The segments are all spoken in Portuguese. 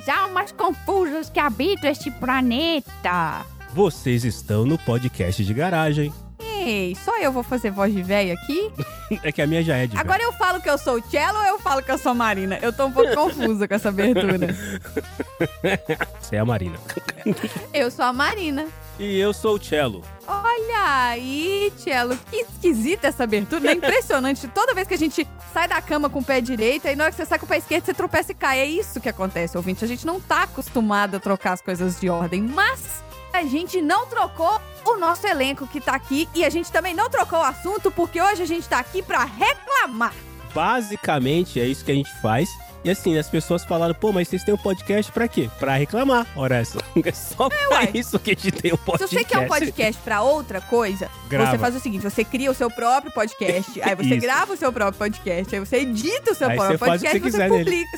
almas confusas que habitam este planeta. Vocês estão no podcast de garagem. Ei, só eu vou fazer voz de véia aqui? É que a minha já é de véia. Agora eu falo que eu sou o Cello ou eu falo que eu sou a Marina? Eu tô um pouco confusa com essa abertura. Você é a Marina. Eu sou a Marina. E eu sou o Cello. Olha aí, Cello, que esquisita essa abertura, é impressionante. Toda vez que a gente sai da cama com o pé direito, aí na hora que você sai com o pé esquerdo, você tropeça e cai. É isso que acontece, ouvinte. A gente não tá acostumado a trocar as coisas de ordem, mas a gente não trocou o nosso elenco que tá aqui e a gente também não trocou o assunto, porque hoje a gente tá aqui pra reclamar. Basicamente, é isso que a gente faz. E assim, as pessoas falaram, pô, mas vocês têm um podcast pra quê? Pra reclamar. Ora, é só pra isso que a gente tem um podcast. Se você quer um podcast pra outra coisa, você faz o seguinte, você cria o seu próprio podcast, aí você grava o seu próprio podcast, aí você edita o seu próprio podcast e você publica.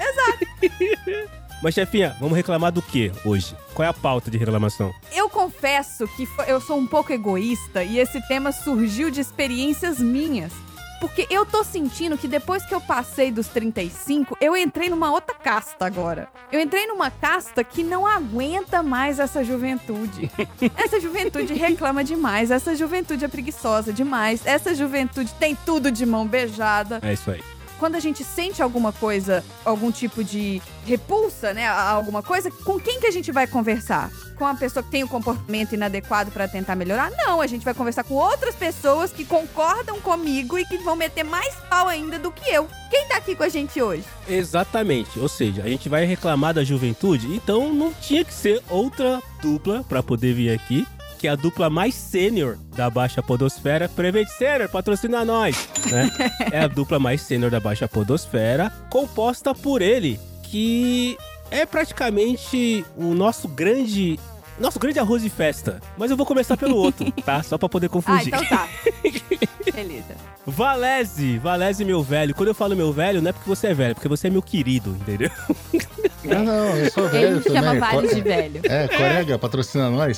Exato. Mas, chefinha, vamos reclamar do quê hoje? Qual é a pauta de reclamação? Eu confesso que eu sou um pouco egoísta e esse tema surgiu de experiências minhas. Porque eu tô sentindo que depois que eu passei dos 35, eu entrei numa outra casta agora. Eu entrei numa casta que não aguenta mais essa juventude. Essa juventude reclama demais, essa juventude é preguiçosa demais, essa juventude tem tudo de mão beijada. É isso aí. Quando a gente sente alguma coisa, algum tipo de repulsa, né, a alguma coisa, com quem que a gente vai conversar? Com a pessoa que tem um comportamento inadequado pra tentar melhorar? Não, a gente vai conversar com outras pessoas que concordam comigo e que vão meter mais pau ainda do que eu. Quem tá aqui com a gente hoje? Exatamente, ou seja, a gente vai reclamar da juventude, então não tinha que ser outra dupla pra poder vir aqui, que é a dupla mais sênior da Baixa Podosfera. Prevent Senior, patrocina nós, né? É a dupla mais sênior da Baixa Podosfera, composta por ele, que é praticamente o nosso grande arroz de festa. Mas eu vou começar pelo outro, tá? Só pra poder confundir. Então tá. Beleza. Valese, meu velho. Quando eu falo meu velho, não é porque você é velho, é porque você é meu querido, entendeu? Não, eu sou velho também. Ele chama Vale de velho. Corega, patrocina nós.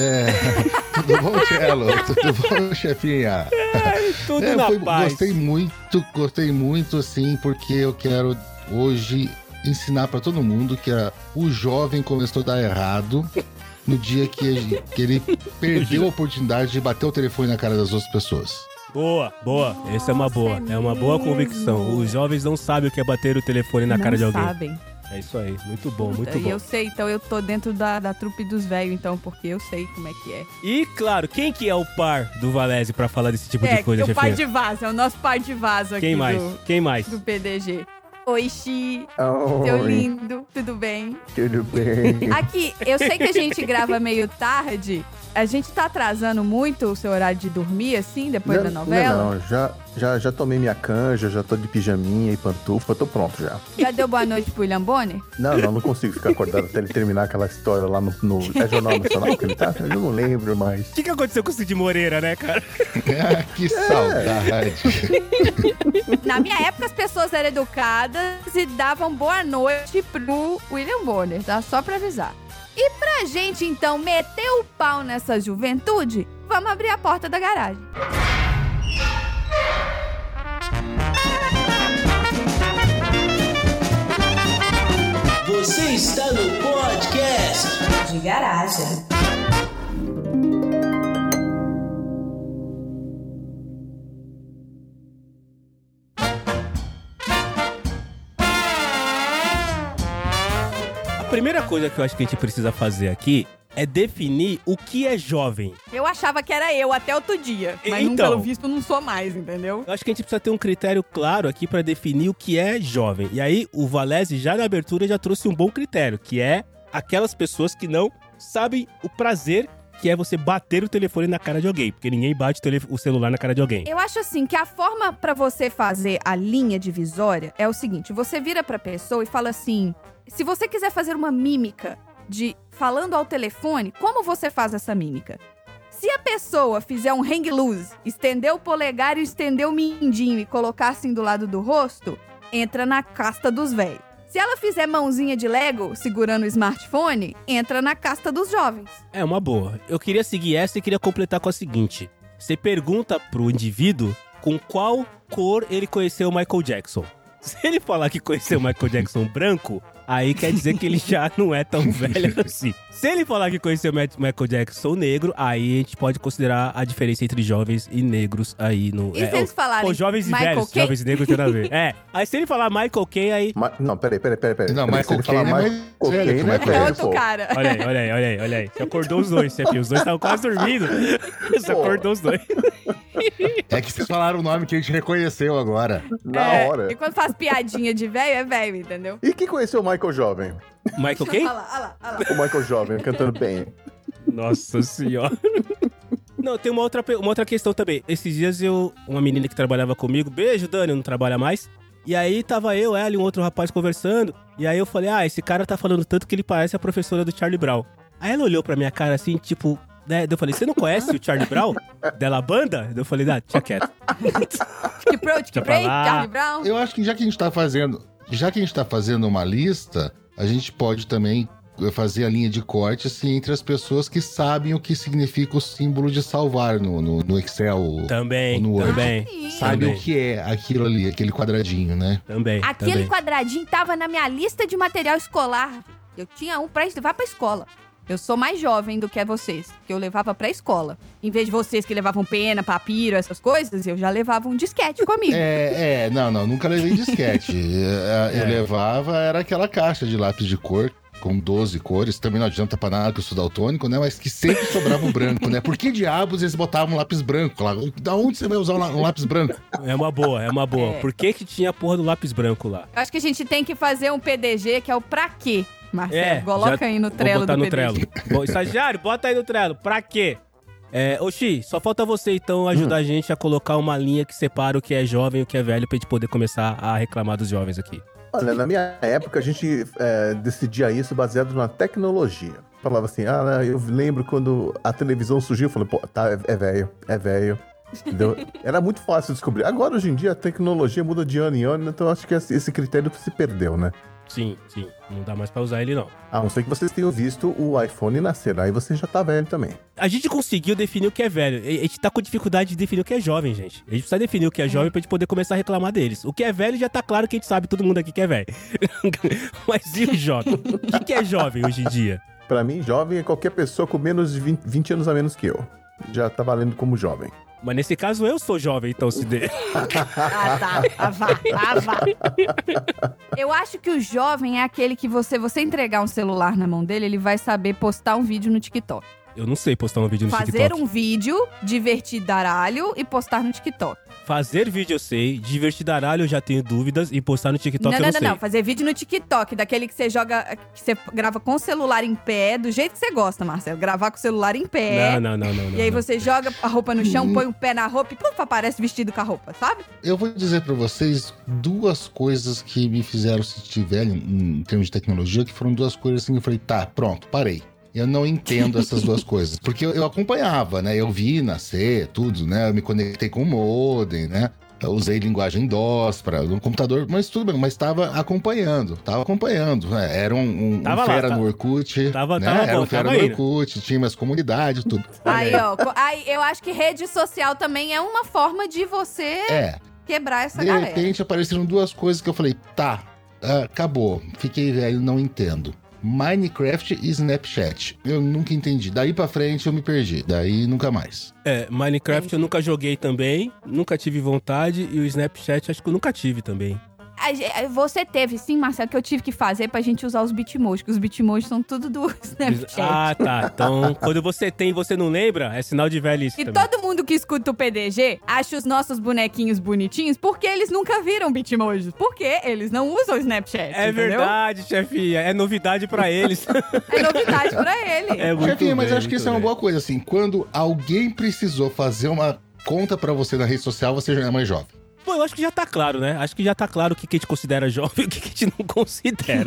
Tudo bom, Cello? Tudo bom, chefinha? Tudo na paz. Gostei muito, assim, porque eu quero hoje ensinar pra todo mundo que o jovem começou a dar errado no dia que ele perdeu a oportunidade de bater o telefone na cara das outras pessoas. Boa. Essa é uma boa. É uma boa convicção. Os jovens não sabem o que é bater o telefone na cara de alguém. Não sabem. É isso aí. Muito bom, muito bom. E eu sei, então eu tô dentro da trupe dos velhos, então, porque eu sei como é que é. E, claro, quem que é o par do Valese pra falar desse tipo de coisa, chefinha? É o par de vaso, é o nosso par de vaso aqui. Quem mais? Do PDG. Oi, Xi. Oi. Seu lindo. Tudo bem? Tudo bem. Aqui, eu sei que a gente grava meio tarde. A gente tá atrasando muito o seu horário de dormir, assim, depois da novela? Não. Já tomei minha canja, já tô de pijaminha e pantufa, tô pronto já. Já deu boa noite pro William Bonner? Não consigo ficar acordado até ele terminar aquela história lá no é Jornal Nacional que ele tá? Eu não lembro mais. O que aconteceu com o Cid Moreira, né, cara? Que saudade. Na minha época, as pessoas eram educadas e davam boa noite pro William Bonner, tá? Só pra avisar. E pra gente, então, meter o pau nessa juventude, vamos abrir a porta da garagem. Você está no podcast de garagem. A primeira coisa que eu acho que a gente precisa fazer aqui é definir o que é jovem. Eu achava que era eu até outro dia, mas então, pelo visto não sou mais, entendeu? Eu acho que a gente precisa ter um critério claro aqui pra definir o que é jovem. E aí o Valese já na abertura já trouxe um bom critério, que é aquelas pessoas que não sabem o prazer que é você bater o telefone na cara de alguém, porque ninguém bate o celular na cara de alguém. Eu acho assim que a forma pra você fazer a linha divisória é o seguinte, você vira pra pessoa e fala assim, se você quiser fazer uma mímica de falando ao telefone, como você faz essa mímica? Se a pessoa fizer um hang loose, estender o polegar e estender o mindinho e colocar assim do lado do rosto, entra na casta dos velhos. Se ela fizer mãozinha de Lego segurando o smartphone, entra na casta dos jovens. É uma boa. Eu queria seguir essa e queria completar com a seguinte. Você pergunta pro indivíduo com qual cor ele conheceu o Michael Jackson. Se ele falar que conheceu o Michael Jackson branco, aí quer dizer que ele já não é tão velho assim. Se ele falar que conheceu o Michael Jackson negro, aí a gente pode considerar a diferença entre jovens e negros aí no... E se eles falarem Pô, jovens e Michael velhos, Caine? jovens e negros tem nada a ver. Aí se ele falar Michael Caine, aí... Não, peraí. Não, Se Michael ele falar Caine é mais Michael velho Caine que o é Michael velho, outro pô. cara. Olha aí. Você acordou os dois, Chefinho. Os dois estavam quase dormindo. Você acordou os dois. É que vocês falaram o nome que a gente reconheceu agora. Na hora. E quando faz piadinha de velho, é velho, entendeu? E quem conheceu o Michael Jovem? Michael Caine? Olha lá. O Michael Jovem cantando bem. Nossa senhora. Não, tem uma outra questão também. Esses dias uma menina que trabalhava comigo, beijo, Dani, não trabalha mais. E aí tava eu, ela e um outro rapaz conversando. E aí eu falei, esse cara tá falando tanto que ele parece a professora do Charlie Brown. Aí ela olhou pra minha cara assim, tipo, né? Eu falei, você não conhece o Charlie Brown? Dela banda? Eu falei, deixa quieto. Que Charlie Brown. Eu acho que já que a gente tá fazendo uma lista, a gente pode também fazer a linha de corte assim, entre as pessoas que sabem o que significa o símbolo de salvar no Excel. Também, ou no Word. também. Sabe também. o que é aquilo ali, aquele quadradinho, né? Também. Aquele quadradinho tava na minha lista de material escolar. Eu tinha um pra levar pra escola. Eu sou mais jovem do que vocês, que eu levava pra escola. Em vez de vocês que levavam pena, papiro, essas coisas, eu já levava um disquete comigo. Não, nunca levei disquete. Eu levava, era aquela caixa de lápis de cor, com 12 cores. Também não adianta pra nada que eu sou daltônico, né? Mas que sempre sobrava o branco, né? Por que diabos eles botavam um lápis branco lá? Da onde você vai usar um lápis branco? É uma boa. Por que tinha a porra do lápis branco lá? Eu acho que a gente tem que fazer um PDG, que é o pra quê, Marcelo. Já Coloca aí no Trello botar do no PDG. Trello. Bom, estagiário, bota aí no Trello. Pra quê? Xi, só falta você, então, ajudar a gente a colocar uma linha que separa o que é jovem e o que é velho pra gente poder começar a reclamar dos jovens aqui. Olha, na minha época, a gente decidia isso baseado na tecnologia. Falava assim, eu lembro quando a televisão surgiu, eu falei, pô, tá, é velho. Entendeu? Era muito fácil descobrir. Agora, hoje em dia, a tecnologia muda de ano em ano, então acho que esse critério se perdeu, né? Sim. Não dá mais pra usar ele, não. A não ser que vocês tenham visto o iPhone nascer, aí você já tá velho também. A gente conseguiu definir o que é velho. A gente tá com dificuldade de definir o que é jovem, gente. A gente precisa definir o que é jovem pra gente poder começar a reclamar deles. O que é velho já tá claro que a gente sabe, todo mundo aqui que é velho. Mas e o jovem? O que é jovem hoje em dia? Pra mim, jovem é qualquer pessoa com menos de 20 anos a menos que eu. Já tá valendo como jovem. Mas nesse caso eu sou jovem, então se dê. Vá. Eu acho que o jovem é aquele que você entregar um celular na mão dele, ele vai saber postar um vídeo no TikTok. Eu não sei postar um vídeo no Fazer TikTok. um vídeo, divertidaralho e postar no TikTok. Fazer vídeo eu sei, divertidaralho eu já tenho dúvidas e postar no TikTok eu não sei. Não. Fazer vídeo no TikTok, daquele que você joga, que você grava com o celular em pé, do jeito que você gosta, Marcelo. Gravar com o celular em pé. Não. E aí você joga a roupa no chão, põe o pé na roupa e puf, aparece vestido com a roupa, sabe? Eu vou dizer pra vocês duas coisas que me fizeram sentir velho em termos de tecnologia, que foram duas coisas assim que eu falei, tá, pronto, parei. Eu não entendo essas duas coisas. Porque eu acompanhava, né? Eu vi nascer tudo, né? Eu me conectei com o modem, né? Eu usei linguagem DOS no computador, mas tudo bem. Mas tava acompanhando. Né? Era um fera no Orkut. Era um fera no Orkut, tinha umas comunidades, tudo. Aí, eu acho que rede social também é uma forma de você quebrar essa galera. De repente apareceram duas coisas que eu falei, tá, acabou. Fiquei velho, não entendo. Minecraft e Snapchat. Eu nunca entendi. Daí pra frente eu me perdi. Daí nunca mais. Minecraft eu nunca joguei também. Nunca tive vontade. E o Snapchat acho que eu nunca tive também. Você teve, sim, Marcelo, que eu tive que fazer pra gente usar os Bitmojis, que os Bitmojis são tudo do Snapchat. Ah, tá. Então, quando você tem e você não lembra, é sinal de velhice E também. todo mundo que escuta o PDG acha os nossos bonequinhos bonitinhos porque eles nunca viram Bitmojis. Porque eles não usam o Snapchat, entendeu? Verdade, chefinha. É novidade pra eles. É novidade pra ele. É muito Chefinha, mas bem, acho que isso muito é uma bem. boa coisa, assim. Quando alguém precisou fazer uma conta pra você na rede social, você já é mais jovem. Pô, eu acho que já tá claro, né? Acho que já tá claro o que a gente considera jovem e o que a gente não considera,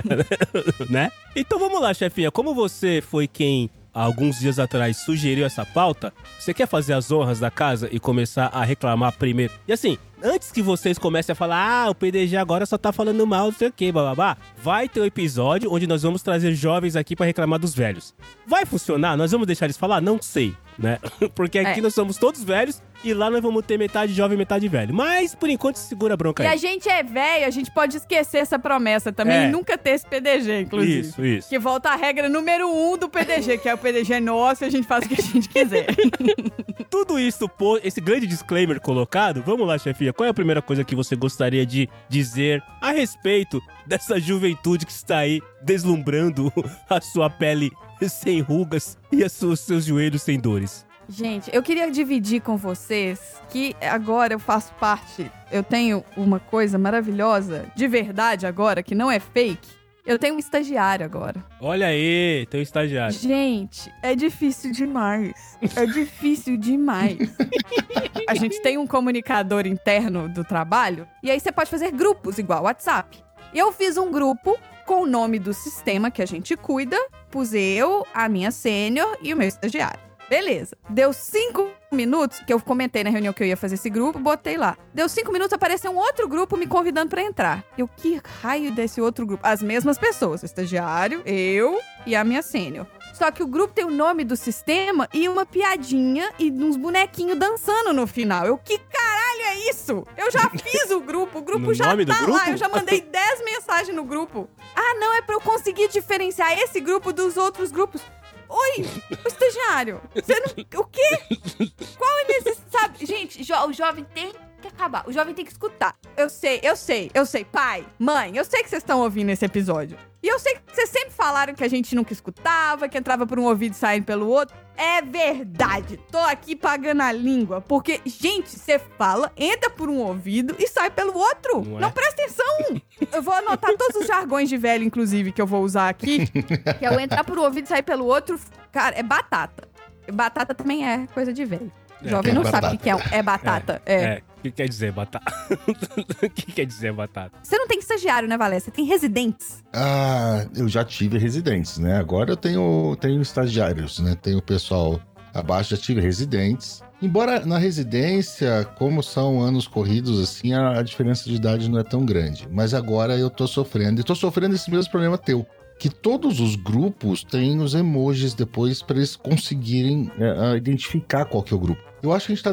né? Então vamos lá, chefinha. Como você foi quem, há alguns dias atrás, sugeriu essa pauta, você quer fazer as honras da casa e começar a reclamar primeiro? E assim, antes que vocês comecem a falar, o PDG agora só tá falando mal, não sei o que, bababá, vai ter um episódio onde nós vamos trazer jovens aqui pra reclamar dos velhos. Vai funcionar? Nós vamos deixar eles falar? Não sei. né? Porque aqui nós somos todos velhos e lá nós vamos ter metade jovem e metade velho. Mas, por enquanto, segura a bronca aí. E a gente é velho, a gente pode esquecer essa promessa também e nunca ter esse PDG, inclusive. Isso. Que volta a regra número 1 do PDG, que é o PDG nosso e a gente faz o que a gente quiser. Tudo isso, esse grande disclaimer colocado, vamos lá, chefia, qual é a primeira coisa que você gostaria de dizer a respeito dessa juventude que está aí deslumbrando a sua pele sem rugas e os seus joelhos sem dores? Gente, eu queria dividir com vocês que agora eu faço parte, eu tenho uma coisa maravilhosa, de verdade agora, que não é fake. Eu tenho um estagiário agora. Olha aí, tem um estagiário. Gente, é difícil demais. É difícil demais. A gente tem um comunicador interno do trabalho, e aí você pode fazer grupos, igual WhatsApp. Eu fiz um grupo com o nome do sistema que a gente cuida, pus eu, a minha sênior e o meu estagiário. Beleza. Deu 5 minutos, que eu comentei na reunião que eu ia fazer esse grupo, botei lá. Deu 5 minutos, apareceu um outro grupo me convidando pra entrar. Eu, que raio desse outro grupo? As mesmas pessoas, o estagiário, eu e a minha sênior. Só que o grupo tem o nome do sistema e uma piadinha e uns bonequinhos dançando no final. Eu, que caralho é isso? Eu já fiz o grupo já nome tá do lá. grupo? Eu já mandei 10 mensagens no grupo. Ah, não, é pra eu conseguir diferenciar esse grupo dos outros grupos. Oi, o estagiário, você não... O quê? Qual é necessário? Gente, o jovem tem que acabar. O jovem tem que escutar. Eu sei. Pai, mãe, eu sei que vocês estão ouvindo esse episódio. E eu sei que vocês sempre falaram que a gente nunca escutava, que entrava por um ouvido e saía pelo outro. É verdade. Tô aqui pagando a língua. Porque, gente, você fala, entra por um ouvido e sai pelo outro. Não presta atenção. Eu vou anotar todos os jargões de velho, inclusive, que eu vou usar aqui. Que é o entrar por um ouvido e sair pelo outro. Cara, é batata. Batata também é coisa de velho. Jovem não sabe o que é batata. O que quer dizer batata? O que quer dizer batata? Você não tem estagiário, né, Valéria? Você tem residentes. Ah, eu já tive residentes, né? Agora eu tenho estagiários, né? Tenho pessoal abaixo, já tive residentes. Embora na residência, como são anos corridos, assim, a diferença de idade não é tão grande. Mas agora eu tô sofrendo. E tô sofrendo esse mesmo problema teu. Que todos os grupos têm os emojis depois para eles conseguirem identificar qual que é o grupo. Eu acho que a gente tá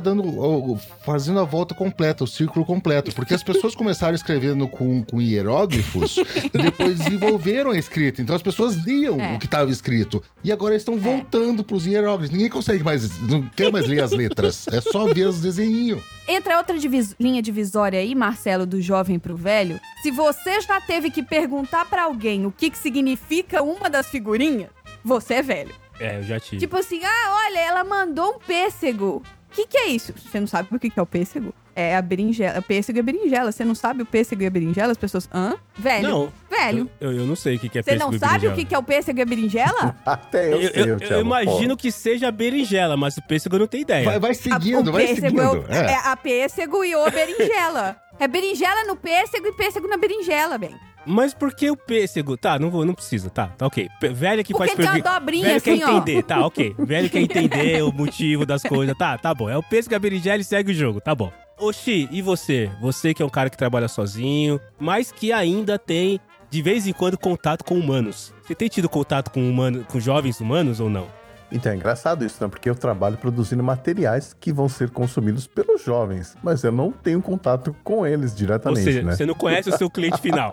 fazendo a volta completa, o círculo completo, porque as pessoas começaram escrevendo com hieróglifos e depois desenvolveram a escrita. Então as pessoas liam o que estava escrito. E agora eles estão voltando pros hieróglifos. Ninguém consegue mais, não quer mais ler as letras. É só ver os desenhinhos. Entra outra linha divisória aí, Marcelo, do jovem pro velho. Se você já teve que perguntar pra alguém o que significa uma das figurinhas, você é velho. Eu já tive. Tipo assim, olha, ela mandou um pêssego. O que é isso? Você não sabe o que é o pêssego? É a berinjela. Pêssego é berinjela. Você não sabe o pêssego e a berinjela? As pessoas... Hã? Velho. Não. Velho. Eu não sei o que é Você pêssego não e sabe berinjela. o que é o pêssego e a berinjela? Até eu sei, Eu imagino que seja a berinjela, mas o pêssego eu não tenho ideia. Vai seguindo, vai seguindo. É a pêssego e o berinjela. É berinjela no pêssego e pêssego na berinjela, bem. Mas por que o pêssego? Tá, não precisa, tá ok. Velho que porque faz pergunta. Porque tem uma dobrinha velho assim, quer entender, tá, ok. Velho quer entender o motivo das coisas, tá bom. É o pêssego e a berinjela e segue o jogo, tá bom. Oxi, e você? Você que é um cara que trabalha sozinho, mas que ainda tem, de vez em quando, contato com humanos. Você tem tido contato com jovens humanos ou não? Então é engraçado isso, né? Porque eu trabalho produzindo materiais que vão ser consumidos pelos jovens, mas eu não tenho contato com eles diretamente, ou seja, né? Você não conhece o seu cliente final.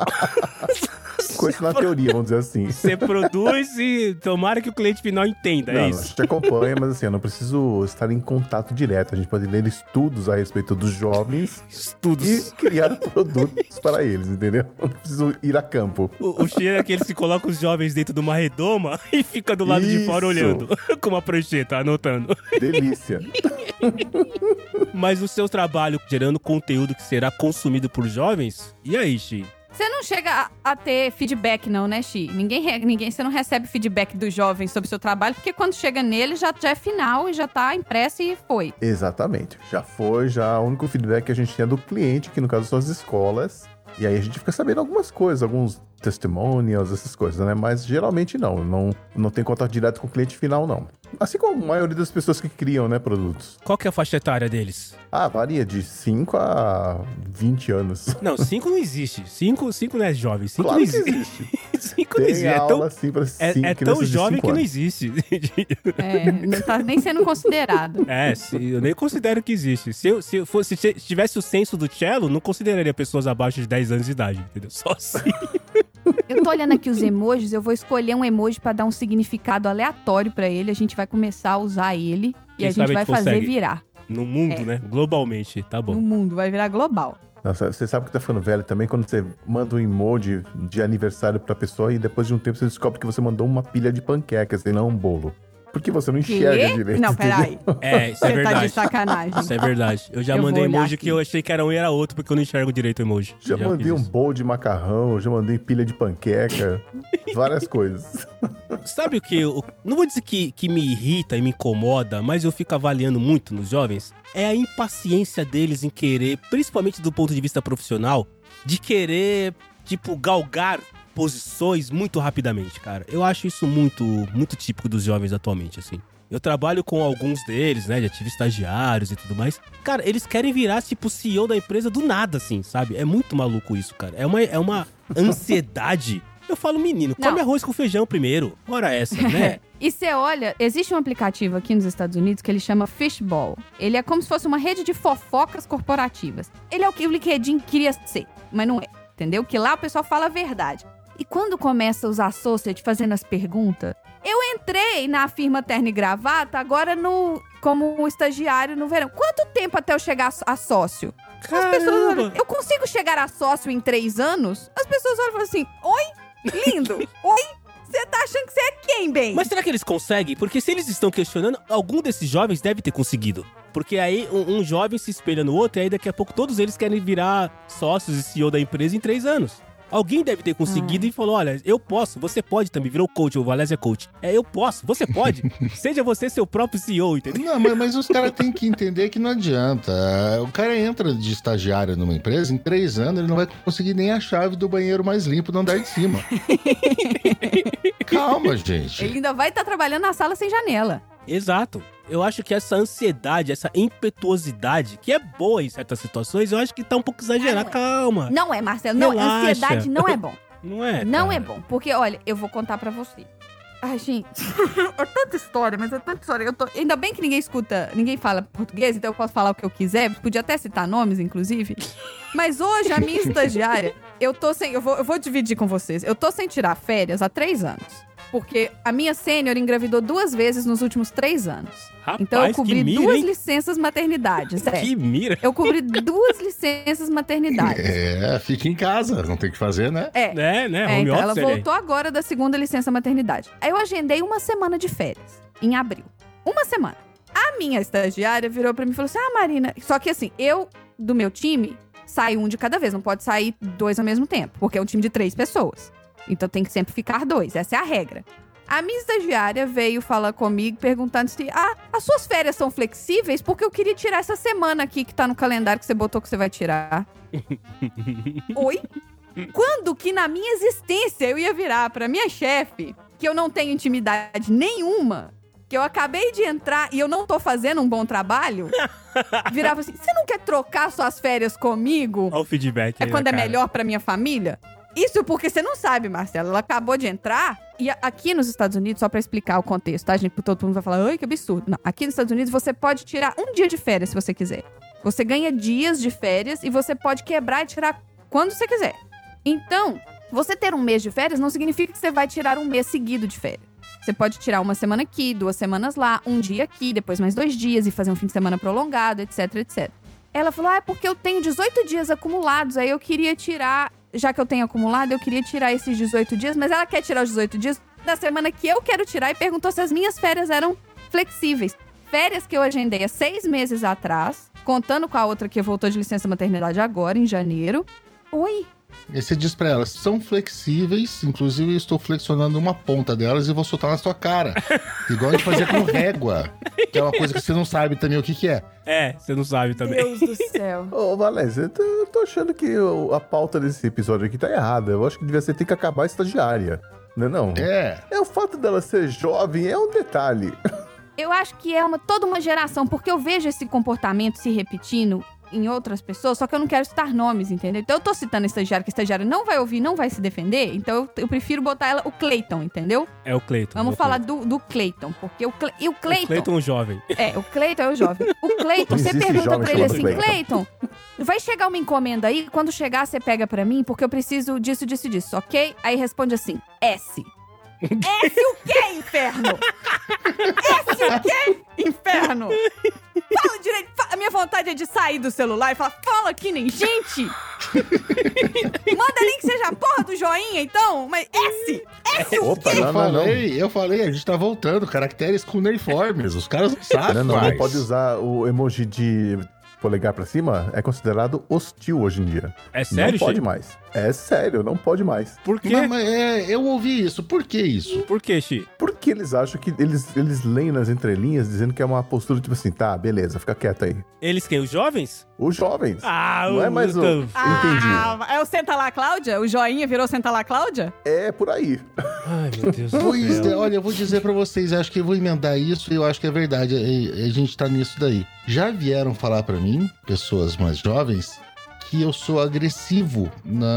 Coisa na teoria, vamos dizer assim. Você produz e tomara que o cliente final entenda, não, é a isso? gente acompanha, mas assim, eu não preciso estar em contato direto. A gente pode ler estudos a respeito dos jovens Estudos. e criar produtos para eles, entendeu? Eu não preciso ir a campo. O cheiro é que ele se coloca os jovens dentro de uma redoma e fica do lado de fora olhando, com uma prancheta, anotando. Delícia. Mas o seu trabalho gerando conteúdo que será consumido por jovens, e aí, Xi? Você não chega a ter feedback não, né, Xi? Você não recebe feedback dos jovens sobre o seu trabalho, porque quando chega nele já é final e já tá impresso e foi. Exatamente. Já foi, o único feedback que a gente tinha do cliente, que no caso são as escolas. E aí a gente fica sabendo algumas coisas, alguns testimonials, essas coisas, né? Mas geralmente não tem contato direto com o cliente final, não. Assim como a maioria das pessoas que criam, né, produtos. Qual que é a faixa etária deles? Varia de 5 a 20 anos. Não, 5 não existe. 5 não é jovem. 5 Claro não que existe. existe. 5 não Tem existe. aula, assim, pra É tão jovem que não existe. Não tá nem sendo considerado. Eu nem considero que existe. Se tivesse o censo do cello, não consideraria pessoas abaixo de 10 anos de idade, entendeu? Só assim. Eu tô olhando aqui os emojis, eu vou escolher um emoji pra dar um significado aleatório pra ele. A gente vai começar a usar ele e a gente vai fazer virar. No mundo, né? Globalmente, tá bom. No mundo, vai virar global. Nossa, você sabe que tá ficando velho também quando você manda um emoji de aniversário pra pessoa e depois de um tempo você descobre que você mandou uma pilha de panquecas e não um bolo. Porque você não enxerga direito. Não, peraí. Isso é verdade. Você tá de sacanagem. Isso é verdade. Eu já mandei emoji que eu achei que era um e era outro, porque eu não enxergo direito o emoji. Já mandei um bowl de macarrão, já mandei pilha de panqueca, várias coisas. Sabe o que eu... Não vou dizer que me irrita e me incomoda, mas eu fico avaliando muito nos jovens. É a impaciência deles em querer, principalmente do ponto de vista profissional, de querer, galgar posições muito rapidamente, cara. Eu acho isso muito, muito típico dos jovens atualmente, assim. Eu trabalho com alguns deles, né? Já tive estagiários e tudo mais. Cara, eles querem virar, CEO da empresa do nada, assim, sabe? É muito maluco isso, cara. É uma ansiedade. Eu falo, menino, come arroz com feijão primeiro. Ora essa, né? E você olha, existe um aplicativo aqui nos Estados Unidos que ele chama Fishbowl. Ele é como se fosse uma rede de fofocas corporativas. Ele é o que o LinkedIn queria ser, mas não é, entendeu? Que lá o pessoal fala a verdade. E quando começa os associates fazendo as perguntas, eu entrei na firma terno e gravata agora como estagiário no verão. Quanto tempo até eu chegar a sócio? Caramba. As pessoas olham, eu consigo chegar a sócio em 3 anos? As pessoas olham e falam assim, oi, lindo, oi, você tá achando que você é quem, bem? Mas será que eles conseguem? Porque se eles estão questionando, algum desses jovens deve ter conseguido. Porque aí um jovem se espelha no outro e aí daqui a pouco todos eles querem virar sócios e CEO da empresa em 3 anos. Alguém deve ter conseguido e falou, olha, eu posso, você pode também, virou coach, o Valézia é coach. Eu posso, você pode. Seja você seu próprio CEO, entendeu? Não, mas os caras têm que entender que não adianta. O cara entra de estagiário numa empresa, em 3 anos ele não vai conseguir nem a chave do banheiro mais limpo no andar de cima. Calma, gente. Ele ainda vai estar trabalhando na sala sem janela. Exato. Eu acho que essa ansiedade, essa impetuosidade, que é boa em certas situações, eu acho que tá um pouco exagerada. Calma. Não é, Marcelo. Não, Relaxa. ansiedade não é bom. Não é, Não cara. é bom. Porque, olha, eu vou contar pra você. Ai, gente. É tanta história, mas é tanta história. Ainda bem que ninguém escuta, ninguém fala português, então eu posso falar o que eu quiser. Podia até citar nomes, inclusive. Mas hoje, a minha estagiária, eu vou dividir com vocês. Eu tô sem tirar férias há 3 anos. Porque a minha sênior engravidou 2 vezes nos últimos 3 anos. Rapaz, então eu cobri que mira, 2 hein? licenças maternidades. Que mira. Eu cobri 2 licenças maternidades. Fica em casa, não tem o que fazer, né? Home então office, ela voltou agora da 2ª licença maternidade. Aí eu agendei 1 semana de férias, em abril. 1 semana. A minha estagiária virou pra mim e falou assim, Marina... Só que assim, do meu time, sai 1 de cada vez, não pode sair 2 ao mesmo tempo, porque é um time de 3 pessoas. Então tem que sempre ficar 2, essa é a regra. A minha estagiária veio falar comigo, perguntando se... as suas férias são flexíveis? Porque eu queria tirar essa semana aqui que tá no calendário que você botou que você vai tirar. Oi? Quando que na minha existência eu ia virar pra minha chefe, que eu não tenho intimidade nenhuma, que eu acabei de entrar e eu não tô fazendo um bom trabalho, virava assim, você não quer trocar suas férias comigo? Olha o feedback aí, Quando é cara. melhor pra minha família? Isso porque você não sabe, Marcelo. Ela acabou de entrar e aqui nos Estados Unidos, só pra explicar o contexto, tá, gente? Porque todo mundo vai falar, ai, que absurdo. Não, aqui nos Estados Unidos você pode tirar 1 dia de férias se você quiser. Você ganha dias de férias e você pode quebrar e tirar quando você quiser. Então, você ter 1 mês de férias não significa que você vai tirar 1 mês seguido de férias. Você pode tirar 1 semana aqui, 2 semanas lá, 1 dia aqui, depois mais 2 dias e fazer um fim de semana prolongado, etc, etc. Ela falou, é porque eu tenho 18 dias acumulados, aí eu queria tirar... Já que eu tenho acumulado, eu queria tirar esses 18 dias, mas ela quer tirar os 18 dias da semana que eu quero tirar e perguntou se as minhas férias eram flexíveis. Férias que eu agendei há 6 meses atrás, contando com a outra que voltou de licença maternidade agora, em janeiro. Oi, Aí você diz pra elas, são flexíveis, inclusive eu estou flexionando uma ponta delas e vou soltar na sua cara. Igual a gente fazia com régua, que é uma coisa que você não sabe também o que é. É, você não sabe também. Deus do céu. Ô, Valézia, eu tô achando que a pauta desse episódio aqui tá errada. Eu acho que devia ser tem que acabar a estagiária. Não é não? É o fato dela ser jovem, é um detalhe. Eu acho que é toda uma geração, porque eu vejo esse comportamento se repetindo em outras pessoas, só que eu não quero citar nomes, entendeu? Então eu tô citando a estagiária, que a estagiária não vai ouvir, não vai se defender, então eu prefiro botar ela, o Cleiton, entendeu? É o Cleiton. Vamos falar do Cleiton, porque o Cleiton... O Cleiton é um jovem. O Cleiton é o jovem. O Cleiton, você Existe pergunta jovem pra ele chamado assim, Cleiton, vai chegar uma encomenda aí, quando chegar você pega pra mim, porque eu preciso disso, ok? Aí responde assim, S. S o quê, inferno? S o quê, inferno? Fala direito. A minha vontade é de sair do celular e falar, fala que nem gente. Manda nem que seja a porra do joinha, então. Mas S o Opa, quê? Eu falei, a gente tá voltando, caracteres cuneiformes, os caras não sabem Não mais. pode usar o emoji de polegar pra cima, é considerado hostil hoje em dia. É sério, Não pode Chico? mais. É sério, não pode mais. Por quê? Mas eu ouvi isso, por que isso? Por quê, Chi? Porque eles acham que eles leem nas entrelinhas dizendo que é uma postura tipo assim, tá, beleza, fica quieto aí. Eles quem? Os jovens? Os jovens. Ah, Não é mais o... Entendi. É o Senta lá, Cláudia? O joinha virou Senta lá, Cláudia? É por aí. Ai, meu Deus do Pois céu. é, olha, eu vou dizer pra vocês, acho que eu vou emendar isso e eu acho que é verdade, a gente tá nisso daí. Já vieram falar pra mim, pessoas mais jovens, que eu sou agressivo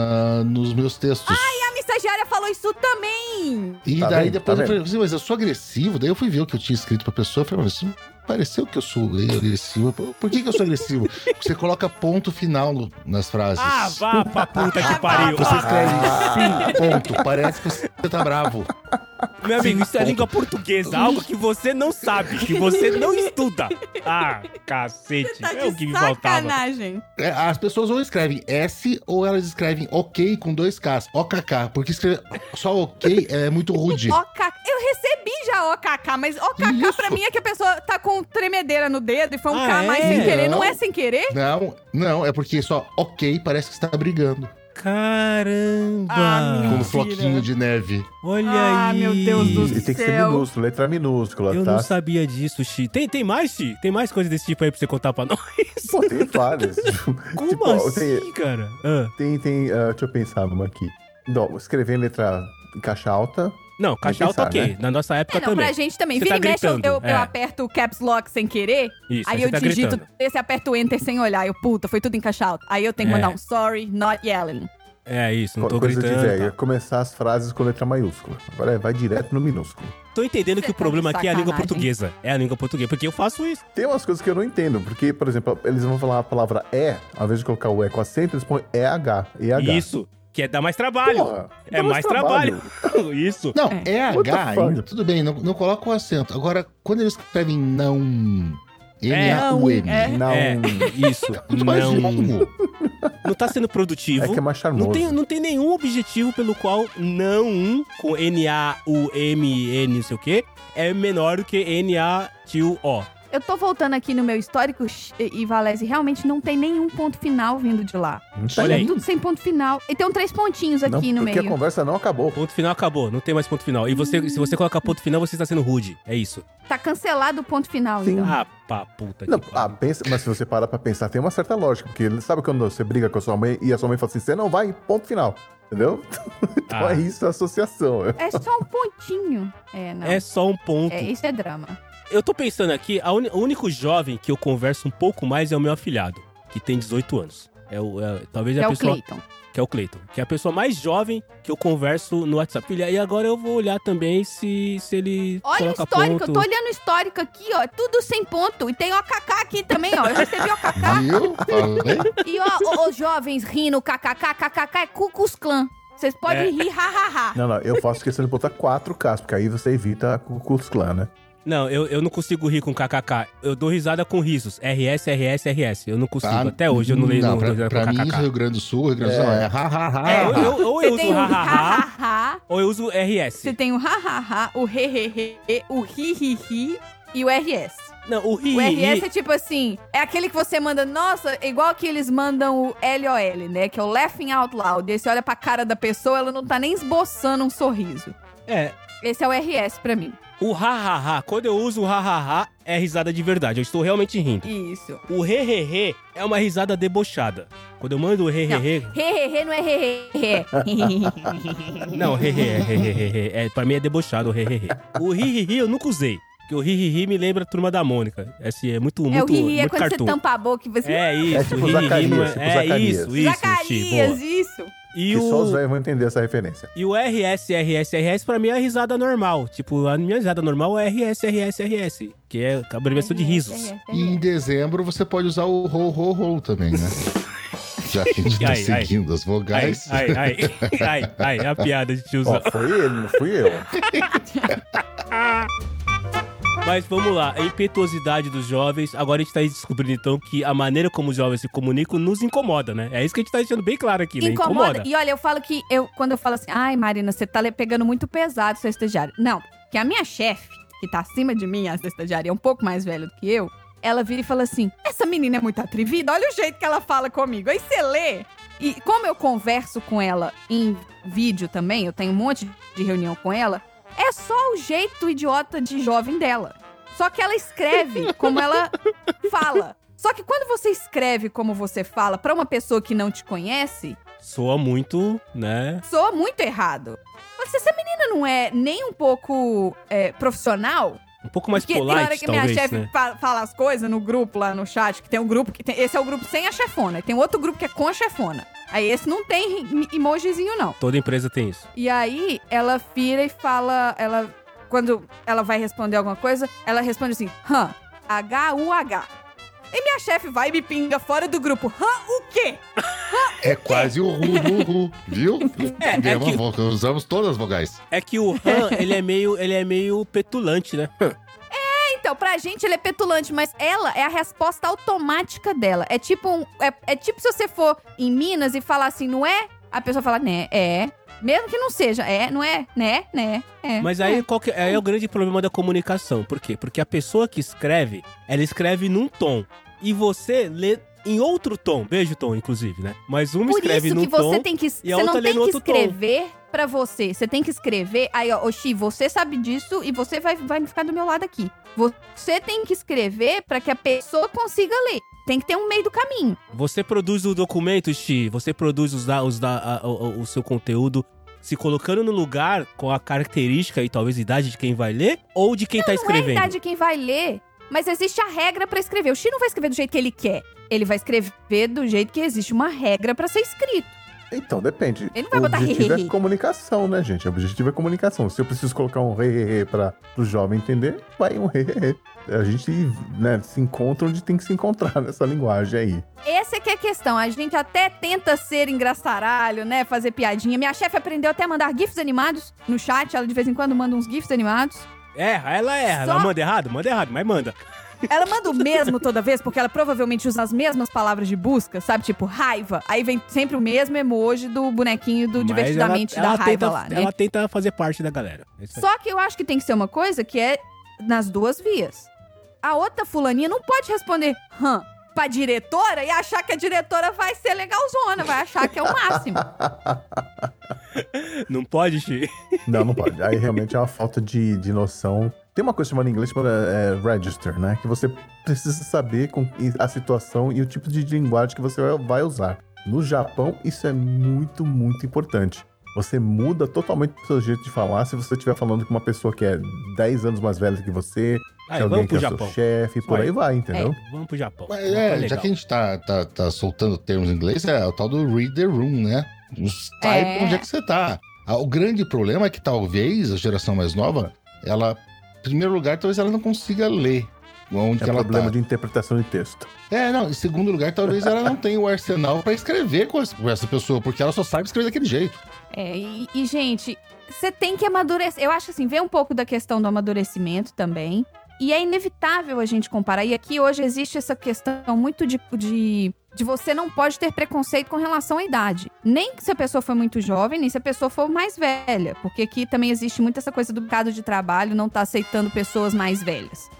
nos meus textos. A minha estagiária falou isso também. E Tá daí vendo? depois Tá eu falei assim, mas eu sou agressivo? Daí eu fui ver o que eu tinha escrito pra pessoa, eu falei, mas isso pareceu que eu sou agressivo. Por que eu sou agressivo? Porque você coloca ponto final nas frases. Ah, vá pra puta que pariu. Você escreve sim, ponto. Parece que você tá bravo. Meu amigo, isso é língua portuguesa, algo que você não sabe, que você não estuda. Ah, cacete, Tá é o que de me faltava. sacanagem. As pessoas ou escrevem S ou elas escrevem ok com 2 Ks. OKK. Porque escrever só ok é muito rude. OKK. Eu recebi já OKK, mas OKK Isso. pra mim é que a pessoa tá com tremedeira no dedo e foi um Ah, K é? mais sem querer. Não Não. é sem querer? Não, é porque só ok parece que você tá brigando. Caramba! Ah, Com um mentira. floquinho de neve. Olha Ah, aí. meu Deus do E tem que ser céu. minúsculo, letra minúscula, Eu tá? não sabia disso, Chi. Tem mais, Chi? Tem mais coisa desse tipo aí pra você contar pra nós? Pô, tem várias. Como Tipo, assim, cara? Ah. Deixa eu pensar numa aqui. Não, escrever em letra em caixa alta. Não, caixa alta pensar, ok. né? Na nossa época Não, também. pra gente também. Você Vira tá e mexe, eu gritando, aperto o caps lock sem querer. Isso, aí aí eu você tá digito gritando. esse, aperto o enter sem olhar. Eu, puta, foi tudo em caixa alta. Aí eu tenho que É. mandar um sorry, not yelling. É isso, não tô Coisa gritando. de velho. Tá. Começar as frases com letra maiúscula. Agora vai direto no minúsculo. Tô entendendo que Você o problema tá de aqui é a língua sacanagem. portuguesa. É a língua portuguesa, porque eu faço isso. Tem umas coisas que eu não entendo, porque, por exemplo, eles vão falar a palavra é, ao invés de colocar o E com acento, eles põem EH. EH. Isso, que é dar mais trabalho. Porra, É dá mais trabalho. Isso. Não, What the H fuck? ainda, tudo bem, não coloca o acento. Agora, quando eles escrevem não, N-A-U-M, É. Não. É, isso. muito mais Não, longo. não tá sendo produtivo. É que é mais charmoso. Não tem nenhum objetivo pelo qual não, com N-A-U-M-N, não sei o quê, é menor do que N-A-T-U-O. Eu tô voltando aqui no meu histórico e Valese, realmente não tem nenhum ponto final vindo de lá. Não Olha tem. aí. Tudo sem ponto final. E tem 3 pontinhos aqui Não, no porque meio. a conversa não acabou. Ponto final acabou, não tem mais ponto final. E você, se você colocar ponto final, você está sendo rude. É isso. Tá cancelado o ponto final, Sim. então. Ah, pá, puta Não, que pariu. pensa, mas se você parar pra pensar, tem uma certa lógica. Porque sabe quando você briga com a sua mãe e a sua mãe fala assim, você não vai, ponto final. Entendeu? Então Ah. é isso a associação. É só um pontinho. É, não. É só um ponto. Isso é drama. Eu tô pensando aqui, o único jovem que eu converso um pouco mais é o meu afilhado, que tem 18 anos. Talvez Que a é o pessoa... Cleiton. Que é o Cleiton. Que é a pessoa mais jovem que eu converso no WhatsApp. Filha, e agora eu vou olhar também se ele Olha o coloca histórico, ponto. eu tô olhando o histórico aqui, ó. Tudo sem ponto. E tem OKK aqui também, ó. Eu recebi OKK. Viu? Falei? E ó, os jovens rindo, kkk, kkk é Ku Klux Klan. Vocês podem rir, hahaha. Não, eu faço questão de botar 4Ks, porque aí você evita a Ku Klux Klan, né? Não, eu não consigo rir com kkk. Eu dou risada com risos. RS, RS, RS. Eu não consigo. Até hoje eu não leio Não, não dou risada pra com mim, kkk. Rio Grande do Sul, Rio Grande do Sul, é ha-ha-ha. Ou eu Você uso tem o hahaha, hahaha, ou eu uso RS. você tem o hahaha, o hehehe, o hihihi e o RS. Não, o O RS é tipo assim, é aquele que você manda, nossa, igual que eles mandam o LOL, né? Que é o Laughing Out Loud. E aí você olha pra cara da pessoa, ela não tá nem esboçando um sorriso. Esse é o RS pra mim. O ha-ha-ha, quando eu uso o ha-ha-ha, é risada de verdade. Eu estou realmente rindo. Isso. O he-he-he é uma risada debochada. Quando eu mando o he-he-he... He-he-he não é he-he-he. Não, he-he-he. Pra mim é debochado o he-he-he. O hi-hi-hi eu nunca usei. Porque o hi-hi-hi me lembra a Turma da Mônica. Esse é muito o hi-hi é quando cartoon. você tampa a boca e você... É isso, É tipo o hi-hi-hi não Zacarias, tipo Zacarias. isso, Zacarias, Chi, isso. E Que só os o... velhos vão entender essa referência. E o RS pra mim é a risada normal. Tipo, a minha risada normal é RS, que é a abreviação de risos. E em dezembro você pode usar o ho também, né? Já que a gente tá seguindo as vogais. Ai, a piada de tiozão. Ó, foi ele, não fui eu. Mas vamos lá, a impetuosidade dos jovens. Agora a gente tá descobrindo então que a maneira como os jovens se comunicam nos incomoda, né? É isso que a gente tá deixando bem claro aqui, né? Incomoda. E olha, eu falo que, quando eu falo assim, ai Marina, você tá pegando muito pesado seu estagiário. Não, que a minha chefe, que tá acima de mim, essa estagiária, é um pouco mais velha do que eu, ela vira e fala assim, essa menina é muito atrevida, olha o jeito que ela fala comigo. Aí você lê, e como eu converso com ela em vídeo também, eu tenho um monte de reunião com ela, é só o jeito idiota de jovem dela. Só que ela escreve como ela fala. Só que quando você escreve como você fala pra uma pessoa que não te conhece... Soa muito, né? Soa muito errado. Mas essa menina não é nem um pouco profissional... Um pouco mais polite, talvez, na hora que minha chefe, né, fala as coisas no grupo lá no chat, que tem um grupo que tem... Esse é o grupo sem a chefona. E tem outro grupo que é com a chefona. Aí esse não tem emojizinho, não. Toda empresa tem isso. E aí, ela vira e fala... Quando ela vai responder alguma coisa, ela responde assim, H-U-H. E minha chefe vai e me pinga fora do grupo. O quê? É quase o ru, viu? Usamos todas as vogais. É que o ele é meio petulante, né? Então, pra gente ele é petulante, mas ela é a resposta automática dela. É tipo é tipo se você for em Minas e falar assim, não é? A pessoa fala, né, é. Mesmo que não seja, não é, né, é. Mas aí, aí é o grande problema da comunicação. Por quê? Porque a pessoa que escreve, ela escreve num tom. E você lê em outro tom. Beijo, tom, inclusive, né? Mas uma escreve num tom. Por isso que você tem que... Você não tem que escrever pra você. Você tem que escrever... Aí, ó, Xi, você sabe disso e você vai ficar do meu lado aqui. Você tem que escrever pra que a pessoa consiga ler. Tem que ter um meio do caminho. Você produz o documento, Xi. Você produz o seu conteúdo se colocando no lugar com a característica e talvez idade de quem vai ler ou de quem tá escrevendo? Não é a idade de quem vai ler, mas existe a regra pra escrever. O Xi não vai escrever do jeito que ele quer. Ele vai escrever do jeito que existe uma regra pra ser escrito. Então, depende. Ele não vai botar O objetivo é comunicação, né, gente? O objetivo é comunicação. Se eu preciso colocar um re para o jovem entender, vai um re. A gente, né, se encontra onde tem que se encontrar nessa linguagem aí. Essa é que é a questão. A gente até tenta ser engraçaralho, né? Fazer piadinha. Minha chefe aprendeu até a mandar gifs animados no chat. Ela de vez em quando manda uns gifs animados. Ela erra. Ela manda errado, mas manda. Ela manda o mesmo toda vez, porque ela provavelmente usa as mesmas palavras de busca, sabe? Tipo, raiva. Aí vem sempre o mesmo emoji do bonequinho do Divertidamente da raiva lá, né? Ela tenta fazer parte da galera. Só que eu acho que tem que ser uma coisa que é nas duas vias. A outra fulaninha não pode responder pra diretora e achar que a diretora vai ser legalzona, vai achar que é o máximo. Não pode, Xi? Não pode. Aí realmente é uma falta de noção. Tem uma coisa chamada em inglês chamada register, né? Que você precisa saber a situação e o tipo de linguagem que você vai usar. No Japão, isso é muito, muito importante. Você muda totalmente o seu jeito de falar se você estiver falando com uma pessoa que é 10 anos mais velha que você, se alguém que é seu chefe, por aí vai, entendeu? Vamos pro Japão. Mas já que a gente tá soltando termos em inglês, é o tal do read the room, né? Saiba onde é que você tá. O grande problema é que talvez a geração mais nova, ela... Em primeiro lugar, talvez ela não consiga ler onde ela tá. É problema de interpretação de texto. Não. Em segundo lugar, talvez ela não tenha o arsenal pra escrever com essa pessoa, porque ela só sabe escrever daquele jeito. Gente, você tem que amadurecer. Eu acho assim, vem um pouco da questão do amadurecimento também. E é inevitável a gente comparar. E aqui hoje existe essa questão muito de você não pode ter preconceito com relação à idade. Nem se a pessoa for muito jovem, nem se a pessoa for mais velha. Porque aqui também existe muito essa coisa do mercado de trabalho não tá aceitando pessoas mais velhas.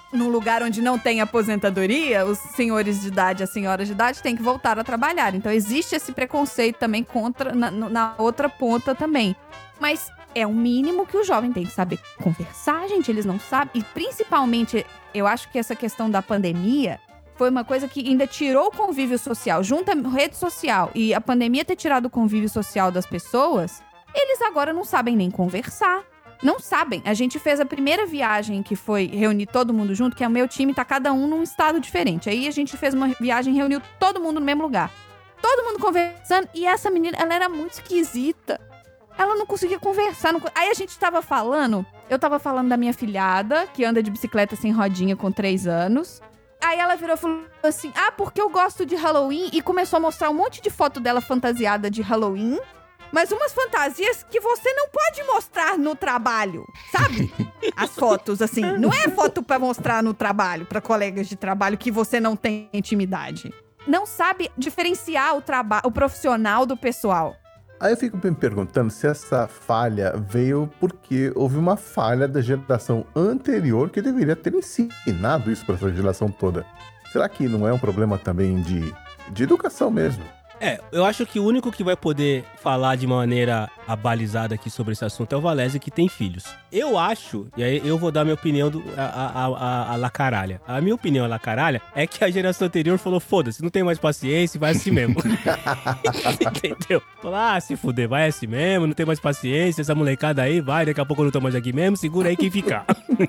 num lugar onde não tem aposentadoria, os senhores de idade e as senhoras de idade têm que voltar a trabalhar. Então existe esse preconceito também contra na outra ponta também. Mas é o mínimo que o jovem tem que saber conversar, gente. Eles não sabem. E principalmente, eu acho que essa questão da pandemia foi uma coisa que ainda tirou o convívio social. Junta rede social e a pandemia ter tirado o convívio social das pessoas, eles agora não sabem nem conversar. Não sabem. A gente fez a primeira viagem que foi reunir todo mundo junto, que é o meu time, tá cada um num estado diferente. Aí a gente fez uma viagem e reuniu todo mundo no mesmo lugar. Todo mundo conversando. E essa menina, ela era muito esquisita. Ela não conseguia conversar. Aí a gente tava falando... Eu tava falando da minha filhada, que anda de bicicleta sem rodinha com 3 anos. Aí ela virou e falou assim, porque eu gosto de Halloween. E começou a mostrar um monte de foto dela fantasiada de Halloween. Mas umas fantasias que você não pode mostrar no trabalho, sabe? As fotos, assim. Não é foto pra mostrar no trabalho, pra colegas de trabalho que você não tem intimidade. Não sabe diferenciar o profissional do pessoal. Aí eu fico me perguntando se essa falha veio porque houve uma falha da geração anterior que deveria ter ensinado isso para essa geração toda. Será que não é um problema também de educação mesmo? Eu acho que o único que vai poder falar de maneira abalizada aqui sobre esse assunto é o Valese, que tem filhos. Eu acho, e aí eu vou dar minha opinião a la caralha. A minha opinião a la caralha é que a geração anterior falou, foda-se, não tem mais paciência, vai assim mesmo. Entendeu? Falou, se fuder, vai assim mesmo, não tem mais paciência, essa molecada aí, vai, daqui a pouco eu não tô mais aqui mesmo, segura aí quem ficar.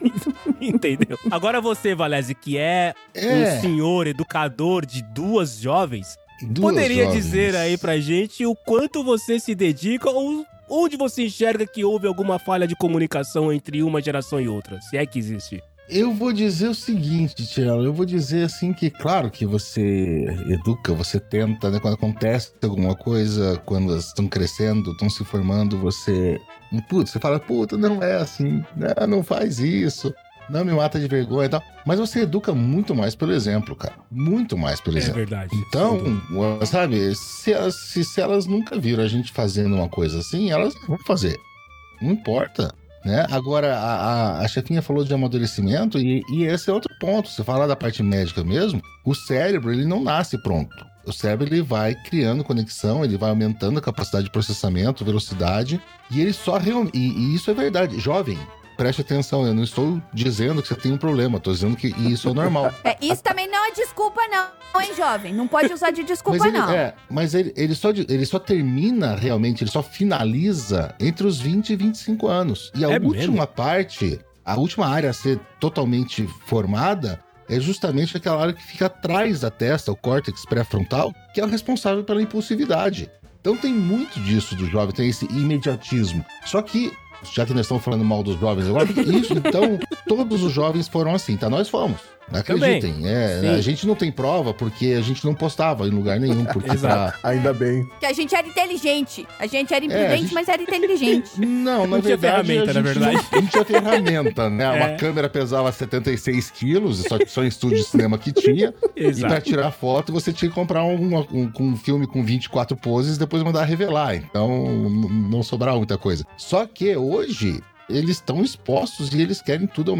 Entendeu? Agora você, Valese, que é um senhor educador de 2 jovens... Poderia dizer aí pra gente o quanto você se dedica ou onde você enxerga que houve alguma falha de comunicação entre uma geração e outra, se é que existe? Eu vou dizer o seguinte, Tiago, eu vou dizer assim que, claro que você educa, você tenta, né, quando acontece alguma coisa, quando elas estão crescendo, estão se formando, você fala, não é assim, não faz isso. Não me mata de vergonha e tal. Mas você educa muito mais pelo exemplo, cara. Muito mais pelo exemplo. É verdade. Então, sabe, se elas nunca viram a gente fazendo uma coisa assim, elas vão fazer. Não importa, né? Agora, a chefinha falou de amadurecimento e esse é outro ponto. Você fala da parte médica mesmo, o cérebro, ele não nasce pronto. O cérebro, ele vai criando conexão, ele vai aumentando a capacidade de processamento, velocidade, e ele só realmente... E isso é verdade. Jovem, preste atenção, eu não estou dizendo que você tem um problema, estou dizendo que isso é normal. Isso também não é desculpa não, hein, jovem? Não pode usar de desculpa, não. Mas ele só termina realmente, ele só finaliza entre os 20 e 25 anos. E a última parte, a última área a ser totalmente formada, é justamente aquela área que fica atrás da testa, o córtex pré-frontal, que é o responsável pela impulsividade. Então tem muito disso do jovem, tem esse imediatismo. Só que, já que nós estamos falando mal dos jovens agora, então todos os jovens foram assim, tá? Nós fomos. Acreditem. A gente não tem prova porque a gente não postava em lugar nenhum. Porque ainda bem. Que a gente era inteligente. A gente era imprudente, mas era inteligente. Não, na verdade, não tinha ferramenta, né? Uma câmera pesava 76 quilos, só em estúdio de cinema que tinha. Exato. E pra tirar foto, você tinha que comprar um filme com 24 poses e depois mandar revelar. Então, não sobrava muita coisa. Só que hoje, eles estão expostos e eles querem tudo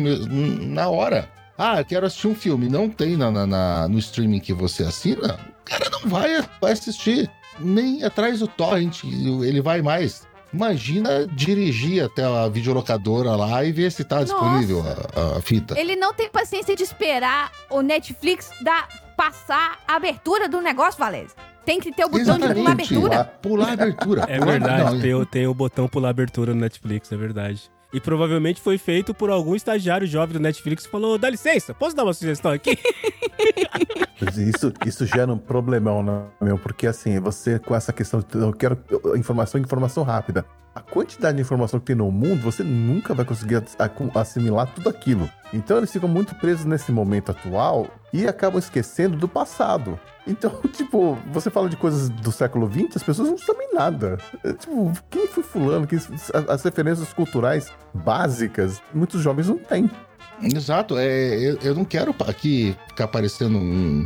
na hora. Eu quero assistir um filme. Não tem no streaming que você assina, o cara não vai assistir. Nem atrás do torrent ele vai mais. Imagina dirigir até a videolocadora lá e ver se tá disponível a fita. Ele não tem paciência de esperar o Netflix passar a abertura do negócio, Valézio. Tem que ter o botão de pular abertura. Pular abertura. É verdade, tem o botão pular abertura no Netflix, é verdade. E provavelmente foi feito por algum estagiário jovem do Netflix que falou, dá licença, posso dar uma sugestão aqui? Isso gera um problemão, né, meu? Porque assim, você com essa questão de eu quero informação rápida. A quantidade de informação que tem no mundo, você nunca vai conseguir assimilar tudo aquilo. Então eles ficam muito presos nesse momento atual e acabam esquecendo do passado. Então, você fala de coisas do século XX, as pessoas não sabem nada. Quem foi fulano? As referências culturais básicas, muitos jovens não têm. Exato, eu não quero aqui ficar parecendo um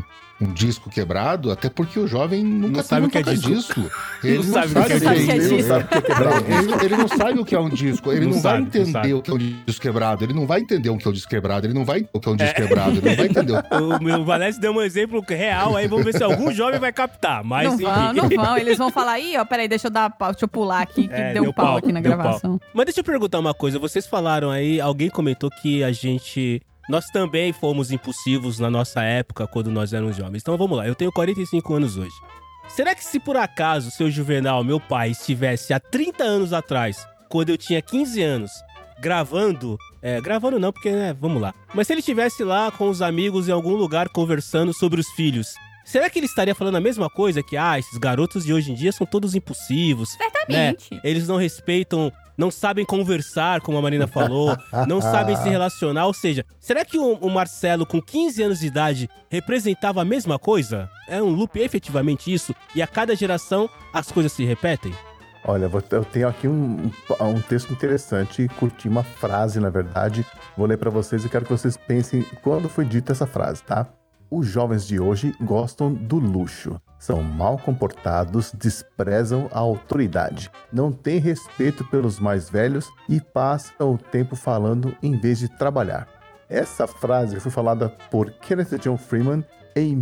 um disco quebrado, até porque o jovem nunca Não sabe o que é disco. disco. Ele não sabe sabe o que é o que é disco. disco. Ele não sabe o que é quebrado. Ele não sabe o que é um disco, ele Não não vai sabe, não sabe. entender o que é um disco quebrado, ele não vai entender o que é um disco quebrado, ele não vai entender o que é um disco quebrado, ele não vai entender. O meu Vanessa deu um exemplo real, aí vamos ver se algum jovem vai captar. Mas, Não enfim. vão, não vão. Eles vão falar, ih, ó, peraí, deixa eu pular aqui, que deu pau aqui na deu gravação. pau. Mas deixa eu perguntar uma coisa. Vocês falaram aí, alguém comentou que nós também fomos impulsivos na nossa época, quando nós éramos jovens. Então vamos lá, eu tenho 45 anos hoje. Será que se por acaso seu Juvenal, meu pai, estivesse há 30 anos atrás, quando eu tinha 15 anos, gravando não, porque, né, vamos lá. Mas se ele estivesse lá com os amigos em algum lugar conversando sobre os filhos, será que ele estaria falando a mesma coisa? Que, esses garotos de hoje em dia são todos impulsivos. Certamente. Né? Eles não respeitam, não sabem conversar, como a Marina falou, não sabem se relacionar. Ou seja, será que o Marcelo, com 15 anos de idade, representava a mesma coisa? É um loop efetivamente isso? E a cada geração as coisas se repetem? Olha, eu tenho aqui um texto interessante, curti uma frase, na verdade. Vou ler pra vocês e quero que vocês pensem quando foi dita essa frase, tá? Os jovens de hoje gostam do luxo. São mal comportados, desprezam a autoridade, não têm respeito pelos mais velhos e passam o tempo falando em vez de trabalhar. Essa frase foi falada por Kenneth John Freeman em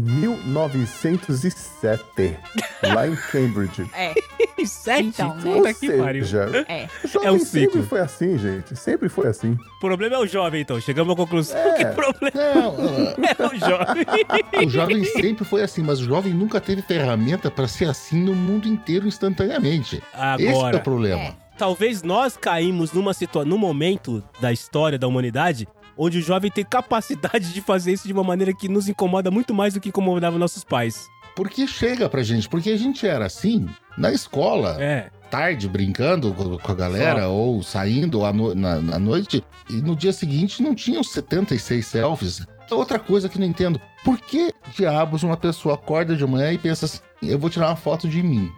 1907, lá em Cambridge. 7? Então, né? Puta que pariu. O jovem É um ciclo. sempre foi assim, gente. Sempre foi assim. O problema é o jovem, então. Chegamos à conclusão que o problema Não, é o jovem. o jovem sempre foi assim, mas o jovem nunca teve ferramenta pra ser assim no mundo inteiro instantaneamente. Esse é Agora, o problema. talvez nós caímos num momento da história da humanidade onde o jovem tem capacidade de fazer isso de uma maneira que nos incomoda muito mais do que incomodava nossos pais. Porque chega pra gente, porque a gente era assim na escola, tarde, brincando com a galera, ou saindo à na noite, e no dia seguinte não tinham 76 selfies. Outra coisa que não entendo, por que diabos uma pessoa acorda de manhã e pensa assim, eu vou tirar uma foto de mim?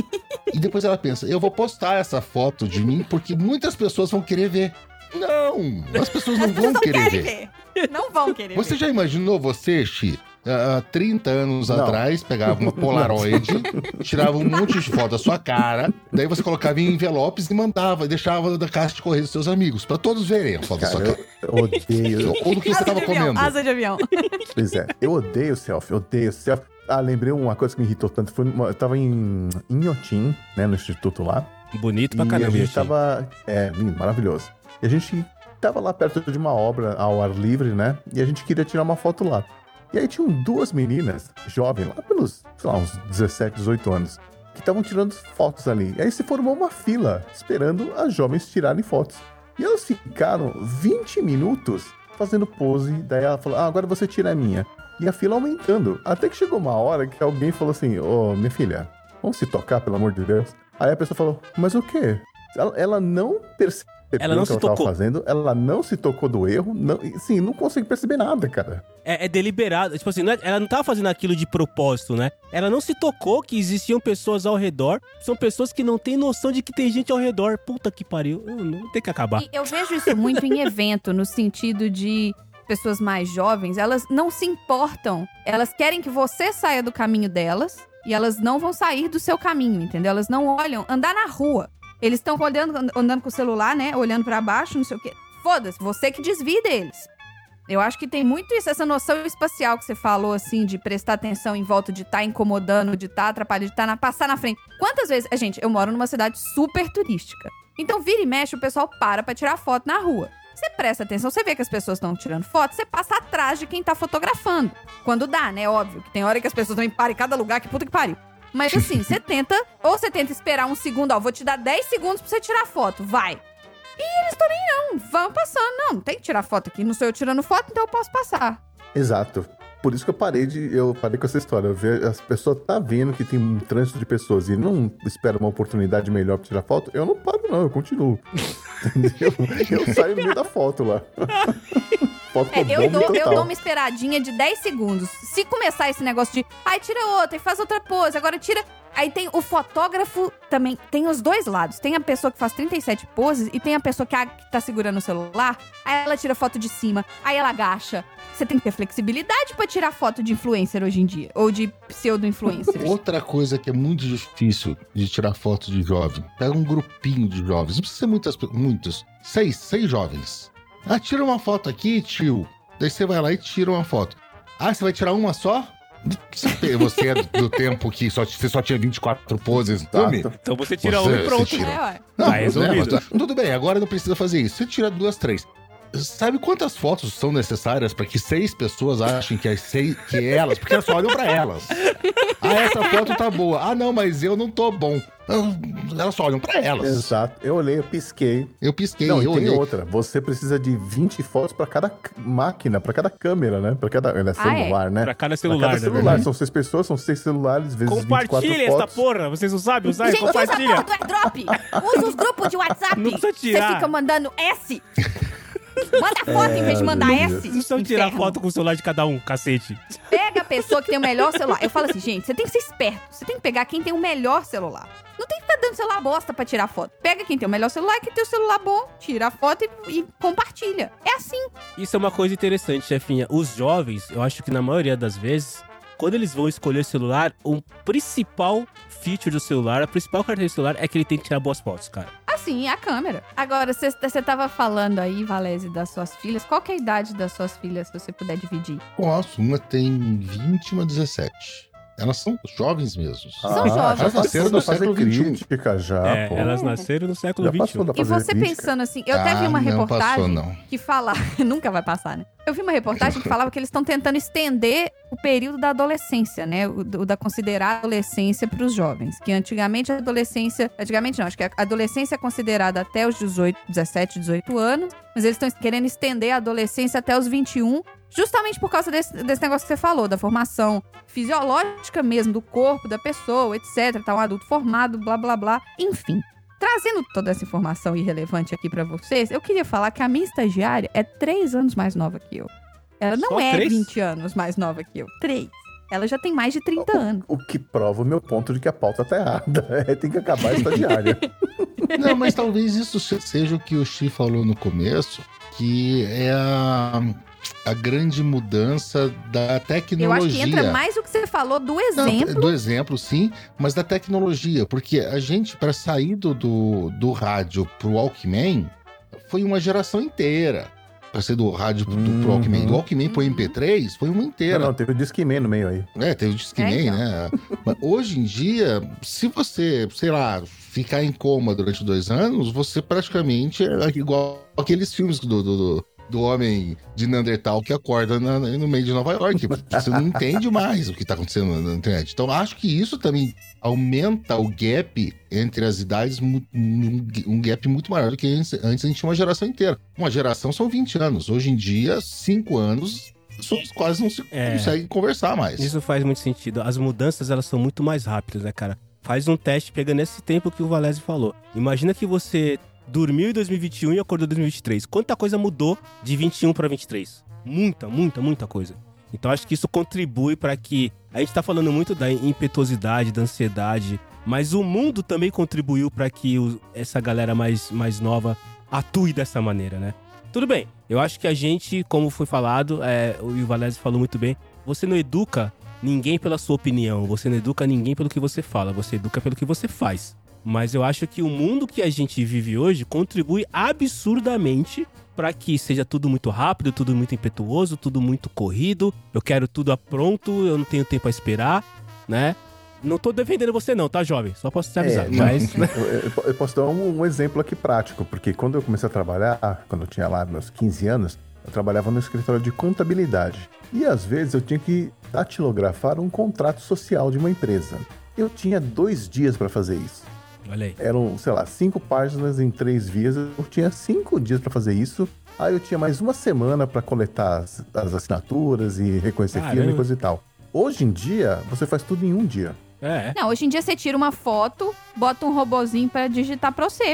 E depois ela pensa, eu vou postar essa foto de mim porque muitas pessoas vão querer ver. Não, as pessoas não vão querer ver. Não vão querer Você ver. já imaginou você, Xi, há 30 anos Não. atrás, pegava uma Polaroid, tirava um monte de foto da sua cara, daí você colocava em envelopes e mandava, e deixava da caixa de correio dos seus amigos, pra todos verem a foto da sua Cara, cara. eu odeio. Ou do que você Asa tava de avião, comendo. asa de avião. Pois é, eu odeio selfie, odeio selfie. Lembrei uma coisa que me irritou tanto. Eu tava em Inhotim, né, no instituto lá. Bonito pra E a caramba, gente gente. tava... lindo, maravilhoso. E a gente tava lá perto de uma obra ao ar livre, né? E a gente queria tirar uma foto lá. E aí tinham duas meninas, jovens, lá pelos, sei lá, uns 17, 18 anos, que estavam tirando fotos ali. E aí se formou uma fila, esperando as jovens tirarem fotos. E elas ficaram 20 minutos fazendo pose. Daí ela falou, agora você tira a minha. E a fila aumentando. Até que chegou uma hora que alguém falou assim, minha filha, vamos se tocar, pelo amor de Deus. Aí a pessoa falou, mas o quê? Ela não percebeu Ela não o que se ela tava tocou. fazendo, ela não se tocou do erro, não, sim, não consegue perceber nada, cara. É deliberado. Tipo assim, ela não tava fazendo aquilo de propósito, né? Ela não se tocou que existiam pessoas ao redor. São pessoas que não têm noção de que tem gente ao redor. Puta que pariu. Não tem que acabar. E eu vejo isso muito em evento, no sentido de pessoas mais jovens, elas não se importam. Elas querem que você saia do caminho delas e elas não vão sair do seu caminho, entendeu? Elas não olham. Andar na rua. Eles estão andando com o celular, né? Olhando pra baixo, não sei o quê. Foda-se, você que desvia deles. Eu acho que tem muito isso, essa noção espacial que você falou, assim, de prestar atenção em volta, de estar incomodando, de estar atrapalhando, de estar passar na frente. Quantas vezes... Gente, eu moro numa cidade super turística. Então, vira e mexe, o pessoal para pra tirar foto na rua. Você presta atenção, você vê que as pessoas estão tirando foto, você passa atrás de quem tá fotografando. Quando dá, né? Óbvio, que tem hora que as pessoas também param em cada lugar, que puta que pariu. Mas assim, você tenta esperar um segundo, vou te dar 10 segundos pra você tirar foto, vai. E eles também não, vão passando, não tem que tirar foto aqui, não sou eu tirando foto, então eu posso passar. Exato. Por isso que eu parei com essa história. Eu vejo, as pessoas tá vendo que tem um trânsito de pessoas e não espera uma oportunidade melhor pra tirar foto, eu não paro não, eu continuo. Entendeu? Eu saio no meio da foto lá. Eu dou uma esperadinha de 10 segundos. Se começar esse negócio de, tira outra e faz outra pose, agora tira... Aí tem o fotógrafo também, tem os dois lados. Tem a pessoa que faz 37 poses e tem a pessoa que tá segurando o celular, aí ela tira foto de cima, aí ela agacha. Você tem que ter flexibilidade pra tirar foto de influencer hoje em dia, ou de pseudo-influencers. Outra coisa que é muito difícil de tirar foto de jovem, pega um grupinho de jovens, não precisa ser muitos, 6 jovens. Tira uma foto aqui, tio. Daí você vai lá e tira uma foto. Você vai tirar uma só? Você é do tempo que você só tinha 24 poses, então você tira uma e pronto. Não, resolvido. Tudo bem, agora não precisa fazer isso. Você tira 2, 3. Sabe quantas fotos são necessárias para que 6 pessoas achem que elas, porque elas só olham pra elas. Essa foto tá boa. Não, mas eu não tô bom. Elas só olham pra elas. Exato. Eu olhei, eu pisquei. Não, eu olhei. Outra. Você precisa de 20 fotos pra cada máquina, pra cada câmera, né? Pra cada celular, né? Pra cada celular, celular. São 6 pessoas, são 6 celulares, vezes 24 fotos. Compartilha essa porra. Vocês não sabem usar? Gente, compartilha. usa do AirDrop. Usa os grupos de WhatsApp. Não precisa tirar. Você fica mandando S. Manda foto em vez de mandar S. Não precisa tirar foto com o celular de cada um, cacete. Pega a pessoa que tem o melhor celular. Eu falo assim, gente, você tem que ser esperto. Você tem que pegar quem tem o melhor celular. Não tem que ficar dando celular bosta pra tirar foto. Pega quem tem o melhor celular, quem tem o celular bom, tira a foto e compartilha. É assim. Isso é uma coisa interessante, chefinha. Os jovens, eu acho que na maioria das vezes, quando eles vão escolher celular, o principal feature do celular, a principal característica do celular é que ele tem que tirar boas fotos, cara. Assim, a câmera. Agora, você tava falando aí, Valese, das suas filhas. Qual que é a idade das suas filhas, se você puder dividir? Posso. Uma tem 20 e uma 17. Elas são jovens mesmo. São jovens. Elas nasceram no século XXI. Pô. Elas nasceram no século XXI. E você pensando assim, eu até vi uma reportagem não. que fala... Nunca vai passar, né? Eu vi uma reportagem que falava que eles estão tentando estender o período da adolescência, né? O da considerada adolescência para os jovens. Que antigamente a adolescência... Antigamente não, acho que a adolescência é considerada até os 17, 18 anos. Mas eles estão querendo estender a adolescência até os 21, justamente por causa desse negócio que você falou, da formação fisiológica mesmo, do corpo da pessoa, etc. Tá um adulto formado, blá, blá, blá. Enfim. Trazendo toda essa informação irrelevante aqui pra vocês, eu queria falar que a minha estagiária é 3 anos mais nova que eu. Ela não é 20 anos mais nova que eu. 3. Ela já tem mais de 30 anos. O que prova o meu ponto de que a pauta tá errada. Tem que acabar a estagiária. Não, mas talvez isso seja o que o Xi falou no começo, que é a grande mudança da tecnologia. Eu acho que entra mais o que você falou do exemplo. Não, do exemplo, sim, mas da tecnologia. Porque a gente, para sair do rádio pro Walkman, foi uma geração inteira. Pra ser do rádio pro Walkman. Do Walkman pro MP3, foi uma inteira. Não, teve o Discman no meio aí. Teve o Discman, então. né? Mas hoje em dia, se você, sei lá, ficar em coma durante 2 anos, você praticamente é igual aqueles filmes do homem de Neandertal que acorda no meio de Nova York. Você não entende mais o que está acontecendo na internet. Então, acho que isso também aumenta o gap entre as idades, um gap muito maior do que antes a gente tinha uma geração inteira. Uma geração são 20 anos. Hoje em dia, 5 anos, as pessoas quase não se conseguem conversar mais. Isso faz muito sentido. As mudanças, elas são muito mais rápidas, né, cara? Faz um teste pegando esse tempo que o Valese falou. Imagina que você dormiu em 2021 e acordou em 2023. Quanta coisa mudou de 21 para 23? Muita coisa. Então acho que isso contribui para que... A gente tá falando muito da impetuosidade, da ansiedade, mas o mundo também contribuiu para que essa galera mais atue dessa maneira, né? Tudo bem, eu acho que a gente, como foi falado, o Valese falou muito bem, você não educa ninguém pela sua opinião, você não educa ninguém pelo que você fala, você educa pelo que você faz. Mas eu acho que o mundo que a gente vive hoje contribui absurdamente para que seja tudo muito rápido, tudo muito impetuoso, tudo muito corrido. Eu quero tudo pronto, eu não tenho tempo a esperar, né? Não tô defendendo você não, tá, jovem? Só posso te avisar. Mas... eu posso dar um exemplo aqui prático, porque quando eu comecei a trabalhar, quando eu tinha lá meus 15 anos, eu trabalhava no escritório de contabilidade. E às vezes eu tinha que datilografar um contrato social de uma empresa. Eu tinha 2 dias para fazer isso. Olha aí. Eram, 5 páginas em 3 vias. Eu tinha 5 dias pra fazer isso. Aí eu tinha mais 1 semana pra coletar as assinaturas e reconhecer firma e coisa e tal. Hoje em dia, você faz tudo em 1 dia. Não, hoje em dia você tira uma foto, bota um robozinho pra digitar pra você, bem.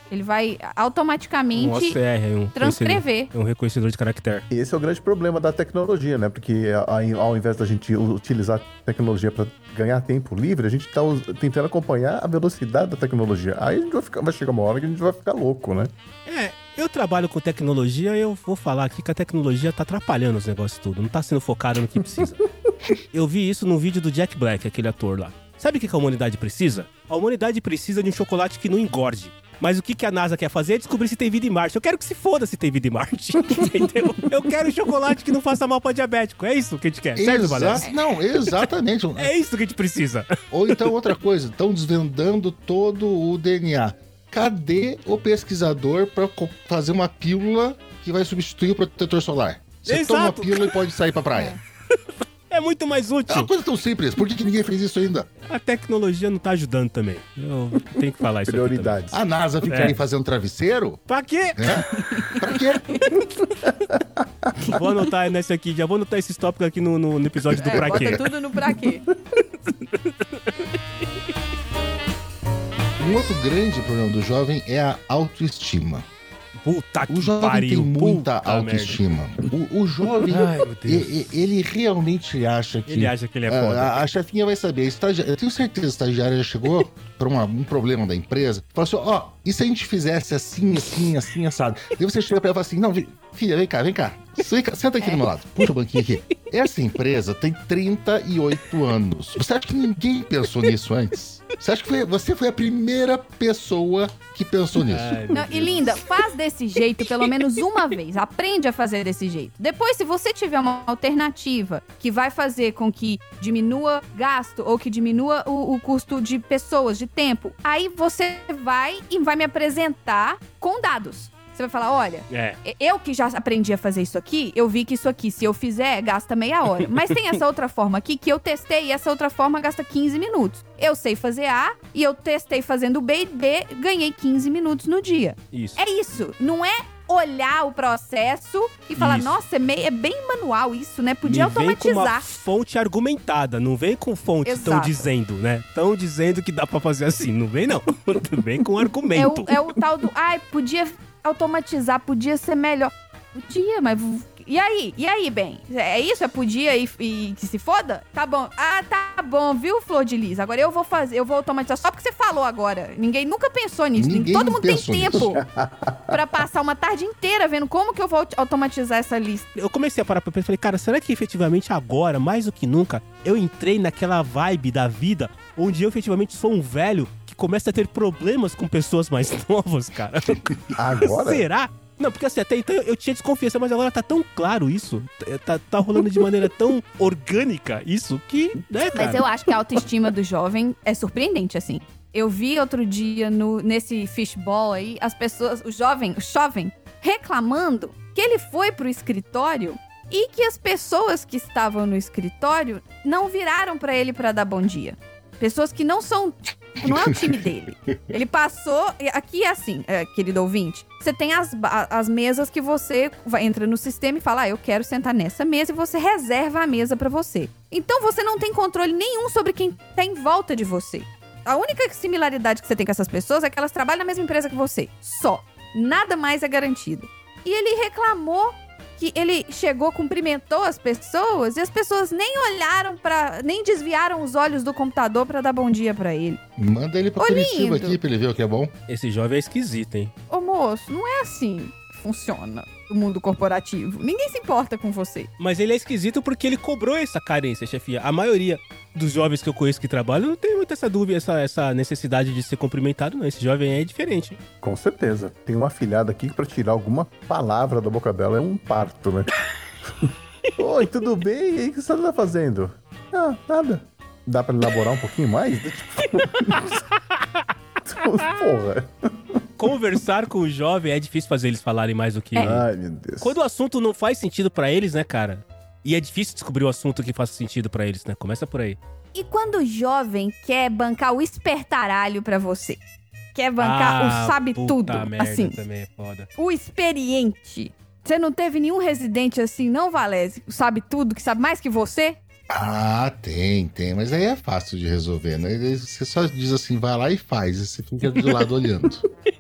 Ele vai Um automaticamente OCR, transcrever. um reconhecedor de caractere. E esse é o grande problema da tecnologia, né? Porque ao invés da gente utilizar a tecnologia para ganhar tempo livre, a gente tá tentando acompanhar a velocidade da tecnologia. Aí a gente vai chegar uma hora que a gente vai ficar louco, né? Eu trabalho com tecnologia e eu vou falar aqui que a tecnologia tá atrapalhando os negócios tudo. Não tá sendo focada no que precisa. Eu vi isso num vídeo do Jack Black, aquele ator lá. Sabe o que a humanidade precisa? A humanidade precisa de um chocolate que não engorde. Mas o que a NASA quer fazer é descobrir se tem vida em Marte. Eu quero que se foda se tem vida em Marte. Entendeu? Eu quero chocolate que não faça mal pra diabético. É isso que a gente quer, certo, Valência? Não, exatamente. É isso que a gente precisa. Ou então outra coisa, estão desvendando todo o DNA. Cadê o pesquisador para fazer uma pílula que vai substituir o protetor solar? Você toma uma pílula e pode sair pra praia. É muito mais É útil. uma coisa tão simples. Por que ninguém fez isso ainda? A tecnologia não tá ajudando também. Eu tenho que falar isso aqui também. Prioridades. A NASA fica aí fazendo travesseiro? Pra quê? Pra quê? Vou anotar nesse aqui. Já vou anotar esses tópicos aqui no episódio do Pra quê. Bota tudo no pra quê. Um outro grande problema do jovem é a autoestima. Puta que O jovem pariu. tem muita puta autoestima. O jovem, Ai, meu Deus. ele realmente acha que... Ele acha que ele é foda. A chefinha vai saber. Eu tenho certeza que a estagiária já chegou para um problema da empresa. Falou assim, e se a gente fizesse assim, assado? Daí você chega pra ela e fala assim, não, filha, vem cá. Senta aqui do meu lado. Puxa o banquinho aqui. Essa empresa tem 38 anos. Você acha que ninguém pensou nisso antes? Você acha que você foi a primeira pessoa que pensou nisso? Ai, Não, e linda, faz desse jeito pelo menos uma vez. Aprende a fazer desse jeito. Depois, se você tiver uma alternativa que vai fazer com que diminua gasto ou que diminua o custo de pessoas, de tempo, aí você vai e vai me apresentar com dados. Você vai falar, olha, eu que já aprendi a fazer isso aqui, eu vi que isso aqui, se eu fizer, gasta meia hora. Mas tem essa outra forma aqui que eu testei e essa outra forma gasta 15 minutos. Eu sei fazer A e eu testei fazendo B e B, ganhei 15 minutos no dia. Isso. É isso, não é olhar o processo e falar, Isso. nossa, é bem manual isso, né? Podia Me vem com uma automatizar. fonte argumentada, não vem com fonte Exato. estão dizendo, né? Estão dizendo que dá pra fazer assim, não vem não. Vem com argumento. É o tal do, podia automatizar, podia ser melhor. Podia, mas... E aí, bem? É isso? É podia e que se foda? Tá bom. Tá bom, viu, Flor de Lis? Agora eu vou automatizar só porque você falou agora. Ninguém nunca pensou nisso. Todo mundo tem tempo pra passar uma tarde inteira vendo como que eu vou automatizar essa lista. Eu comecei a parar pra pensar, falei, cara, será que efetivamente agora, mais do que nunca, eu entrei naquela vibe da vida onde eu efetivamente sou um velho que começa a ter problemas com pessoas mais novas, cara? Agora? Será? Não, porque assim, até então eu tinha desconfiança, mas agora tá tão claro isso, tá rolando de maneira tão orgânica isso que, né, cara? Mas eu acho que a autoestima do jovem é surpreendente, assim. Eu vi outro dia nesse fishball aí, as pessoas, o jovem reclamando que ele foi pro escritório e que as pessoas que estavam no escritório não viraram pra ele pra dar bom dia. Pessoas que não é o time dele. Ele passou... Aqui é assim, querido ouvinte. Você tem as mesas que você entra no sistema e fala, eu quero sentar nessa mesa, e você reserva a mesa pra você. Então você não tem controle nenhum sobre quem tá em volta de você. A única similaridade que você tem com essas pessoas é que elas trabalham na mesma empresa que você. Só. Nada mais é garantido. E ele reclamou que ele chegou, cumprimentou as pessoas e as pessoas nem olharam nem desviaram os olhos do computador pra dar bom dia pra ele. Manda ele pra Curitiba aqui pra ele ver o que é bom. Esse jovem é esquisito, hein? Ô moço, não é assim que funciona o mundo corporativo. Ninguém se importa com você. Mas ele é esquisito porque ele cobrou essa carência, chefia. A maioria dos jovens que eu conheço que trabalham não tem muito essa dúvida, essa necessidade de ser cumprimentado, não. Esse jovem é diferente. Com certeza. Tem uma afilhada aqui que pra tirar alguma palavra da boca dela é um parto, né? Oi, tudo bem? E aí, o que você tá fazendo? Nada. Dá pra elaborar um pouquinho mais? Porra. Conversar com o jovem é difícil fazer eles falarem mais do que... Ai, meu Deus. Quando o assunto não faz sentido pra eles, né, cara? E é difícil descobrir o assunto que faça sentido pra eles, né? Começa por aí. E quando o jovem quer bancar o espertaralho pra você? Quer bancar o sabe-tudo, assim. Também é foda. O experiente. Você não teve nenhum residente assim, não, Valese? Sabe tudo, que sabe mais que você? Tem. Mas aí é fácil de resolver, né? Você só diz assim, vai lá e faz. E você fica de lado olhando.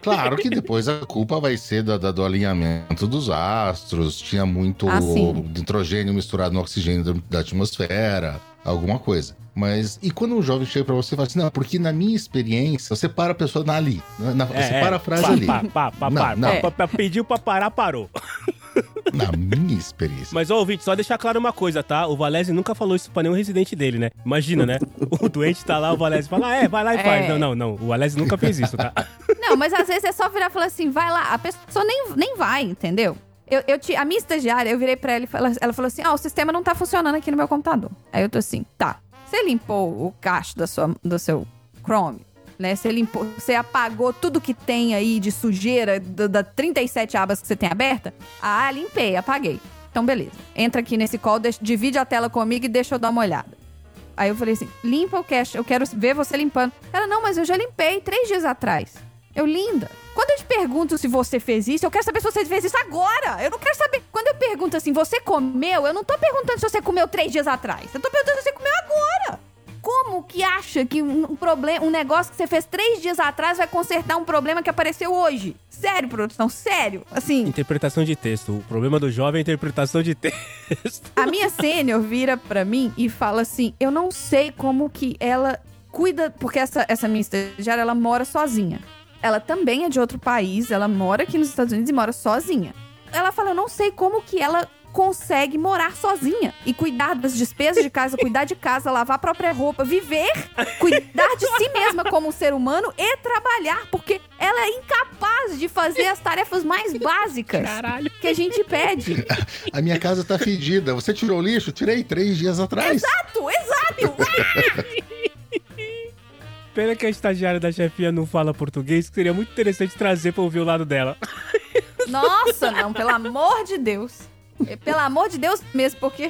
Claro que depois a culpa vai ser do alinhamento dos astros, tinha muito nitrogênio misturado no oxigênio da atmosfera, alguma coisa. Mas, e quando um jovem chega pra você e fala assim, não, porque na minha experiência, você para a pessoa ali, você para a frase ali. Pediu pra parar, parou. Na minha experiência. Mas, ó, ouvinte, só deixar claro uma coisa, tá? O Valese nunca falou isso pra nenhum residente dele, né? Imagina, né? O doente tá lá, o Valese fala, vai lá e faz. Não. O Valese nunca fez isso, tá? Não, mas às vezes é só virar e falar assim, vai lá. A pessoa nem vai, entendeu? A minha estagiária, eu virei pra ela e ela falou assim, o sistema não tá funcionando aqui no meu computador. Aí eu tô assim, tá. Você limpou o cache do seu Chrome, né? Você apagou tudo que tem aí de sujeira das 37 abas que você tem aberta? Ah, limpei, apaguei. Então, beleza. Entra aqui nesse call, divide a tela comigo e deixa eu dar uma olhada. Aí eu falei assim, limpa o cache, eu quero ver você limpando. Ela, não, mas eu já limpei 3 dias atrás. Eu, linda. Quando eu te pergunto se você fez isso, eu quero saber se você fez isso agora. Eu não quero saber. Quando eu pergunto assim, você comeu? Eu não tô perguntando se você comeu 3 dias atrás. Eu tô perguntando se você comeu agora. Como que acha que um negócio que você fez 3 dias atrás vai consertar um problema que apareceu hoje? Sério, produção, sério. Assim. Interpretação de texto. O problema do jovem é a interpretação de texto. A minha sênior vira pra mim e fala assim, eu não sei como que ela cuida, porque essa minha estagiária, ela mora sozinha. Ela também é de outro país, ela mora aqui nos Estados Unidos e mora sozinha. Ela fala, eu não sei como que ela consegue morar sozinha e cuidar das despesas de casa, cuidar de casa, lavar a própria roupa, viver, cuidar de si mesma como um ser humano e trabalhar, porque ela é incapaz de fazer as tarefas mais básicas que a gente pede. A minha casa tá fedida. Você tirou o lixo? Tirei 3 dias atrás. Exato. Pena que a estagiária da chefia não fala português, que seria muito interessante trazer pra ouvir o lado dela. Nossa, não, pelo amor de Deus. Pelo amor de Deus mesmo, porque...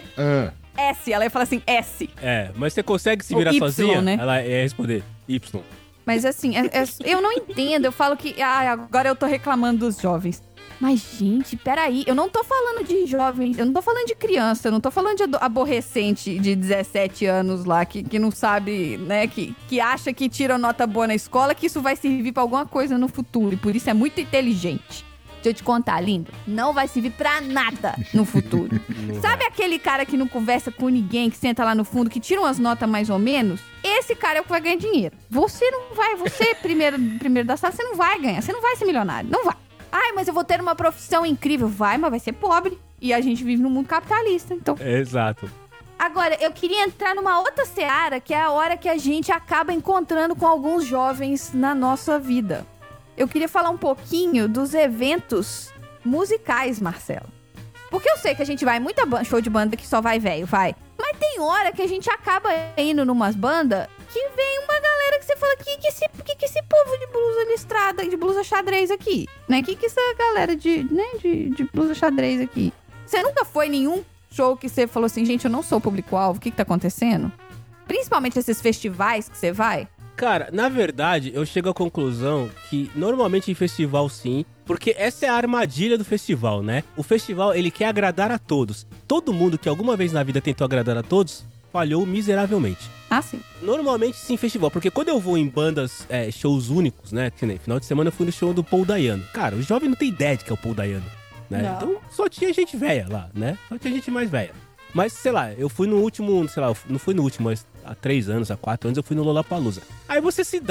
S, ela ia falar assim, S. Mas você consegue se virar sozinha? Né? Ela ia responder Y. Mas assim, eu não entendo, eu falo que... agora eu tô reclamando dos jovens. Mas, gente, peraí, eu não tô falando de jovens, eu não tô falando de criança, eu não tô falando de aborrecente de 17 anos lá, que não sabe, né, que acha que tira nota boa na escola, que isso vai servir pra alguma coisa no futuro, e por isso é muito inteligente. Deixa eu te contar, lindo, não vai servir pra nada no futuro. Sabe aquele cara que não conversa com ninguém, que senta lá no fundo, que tira umas notas mais ou menos? Esse cara é o que vai ganhar dinheiro. Você não vai, primeiro da sala, você não vai ganhar, você não vai ser milionário, não vai. Ai, mas eu vou ter uma profissão incrível. Vai, mas vai ser pobre. E a gente vive num mundo capitalista, então... Exato. Agora, eu queria entrar numa outra seara, que é a hora que a gente acaba encontrando com alguns jovens na nossa vida. Eu queria falar um pouquinho dos eventos musicais, Marcelo. Porque eu sei que a gente vai em muita show de banda que só vai velho, vai. Mas tem hora que a gente acaba indo numas bandas que vem uma galera que você fala, que esse povo de blusa listrada, de blusa xadrez aqui, né? Que essa galera de blusa xadrez aqui? Você nunca foi em nenhum show que você falou assim, gente, eu não sou o público-alvo, o que tá acontecendo? Principalmente esses festivais que você vai. Cara, na verdade, eu chego à conclusão que normalmente em festival sim, porque essa é a armadilha do festival, né? O festival, ele quer agradar a todos. Todo mundo que alguma vez na vida tentou agradar a todos, falhou miseravelmente. Ah, sim. Normalmente sim, festival, porque quando eu vou em bandas, shows únicos, né? Que nem final de semana eu fui no show do Paul Dayano. Cara, o jovem não tem ideia de que é o Paul Dayano, né? Não. Então só tinha gente velha lá, né? Só tinha gente mais velha. Mas, sei lá, eu fui no último, sei lá, não fui no último, mas há 3 anos, há 4 anos, eu fui no Lollapalooza. Aí você se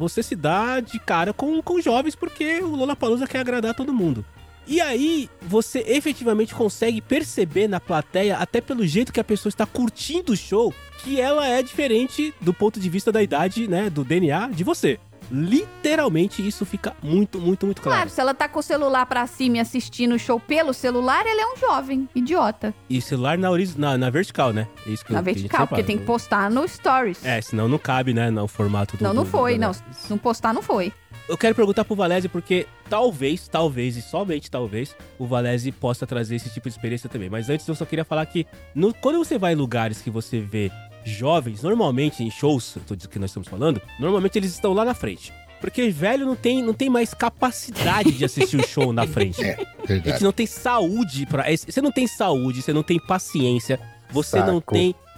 dá de cara com jovens, porque o Lollapalooza quer agradar todo mundo. E aí, você efetivamente consegue perceber na plateia, até pelo jeito que a pessoa está curtindo o show, que ela é diferente do ponto de vista da idade, né, do DNA de você. Literalmente, isso fica muito, muito, muito claro. Claro, se ela tá com o celular pra cima e assistindo o show pelo celular, ela é um jovem idiota. E celular na vertical, né? É isso que na vertical, porque tem que postar no Stories. Senão não cabe, né, no formato do... Não foi, não. Se não postar, não foi. Eu quero perguntar pro Valese, porque talvez e somente talvez, o Valese possa trazer esse tipo de experiência também. Mas antes eu só queria falar que, quando você vai em lugares que você vê jovens, normalmente em shows que nós estamos falando, normalmente eles estão lá na frente. Porque velho não tem mais capacidade de assistir o show na frente. Verdade. A gente não tem saúde pra... Você não tem saúde, você não tem paciência, você Saco. não tem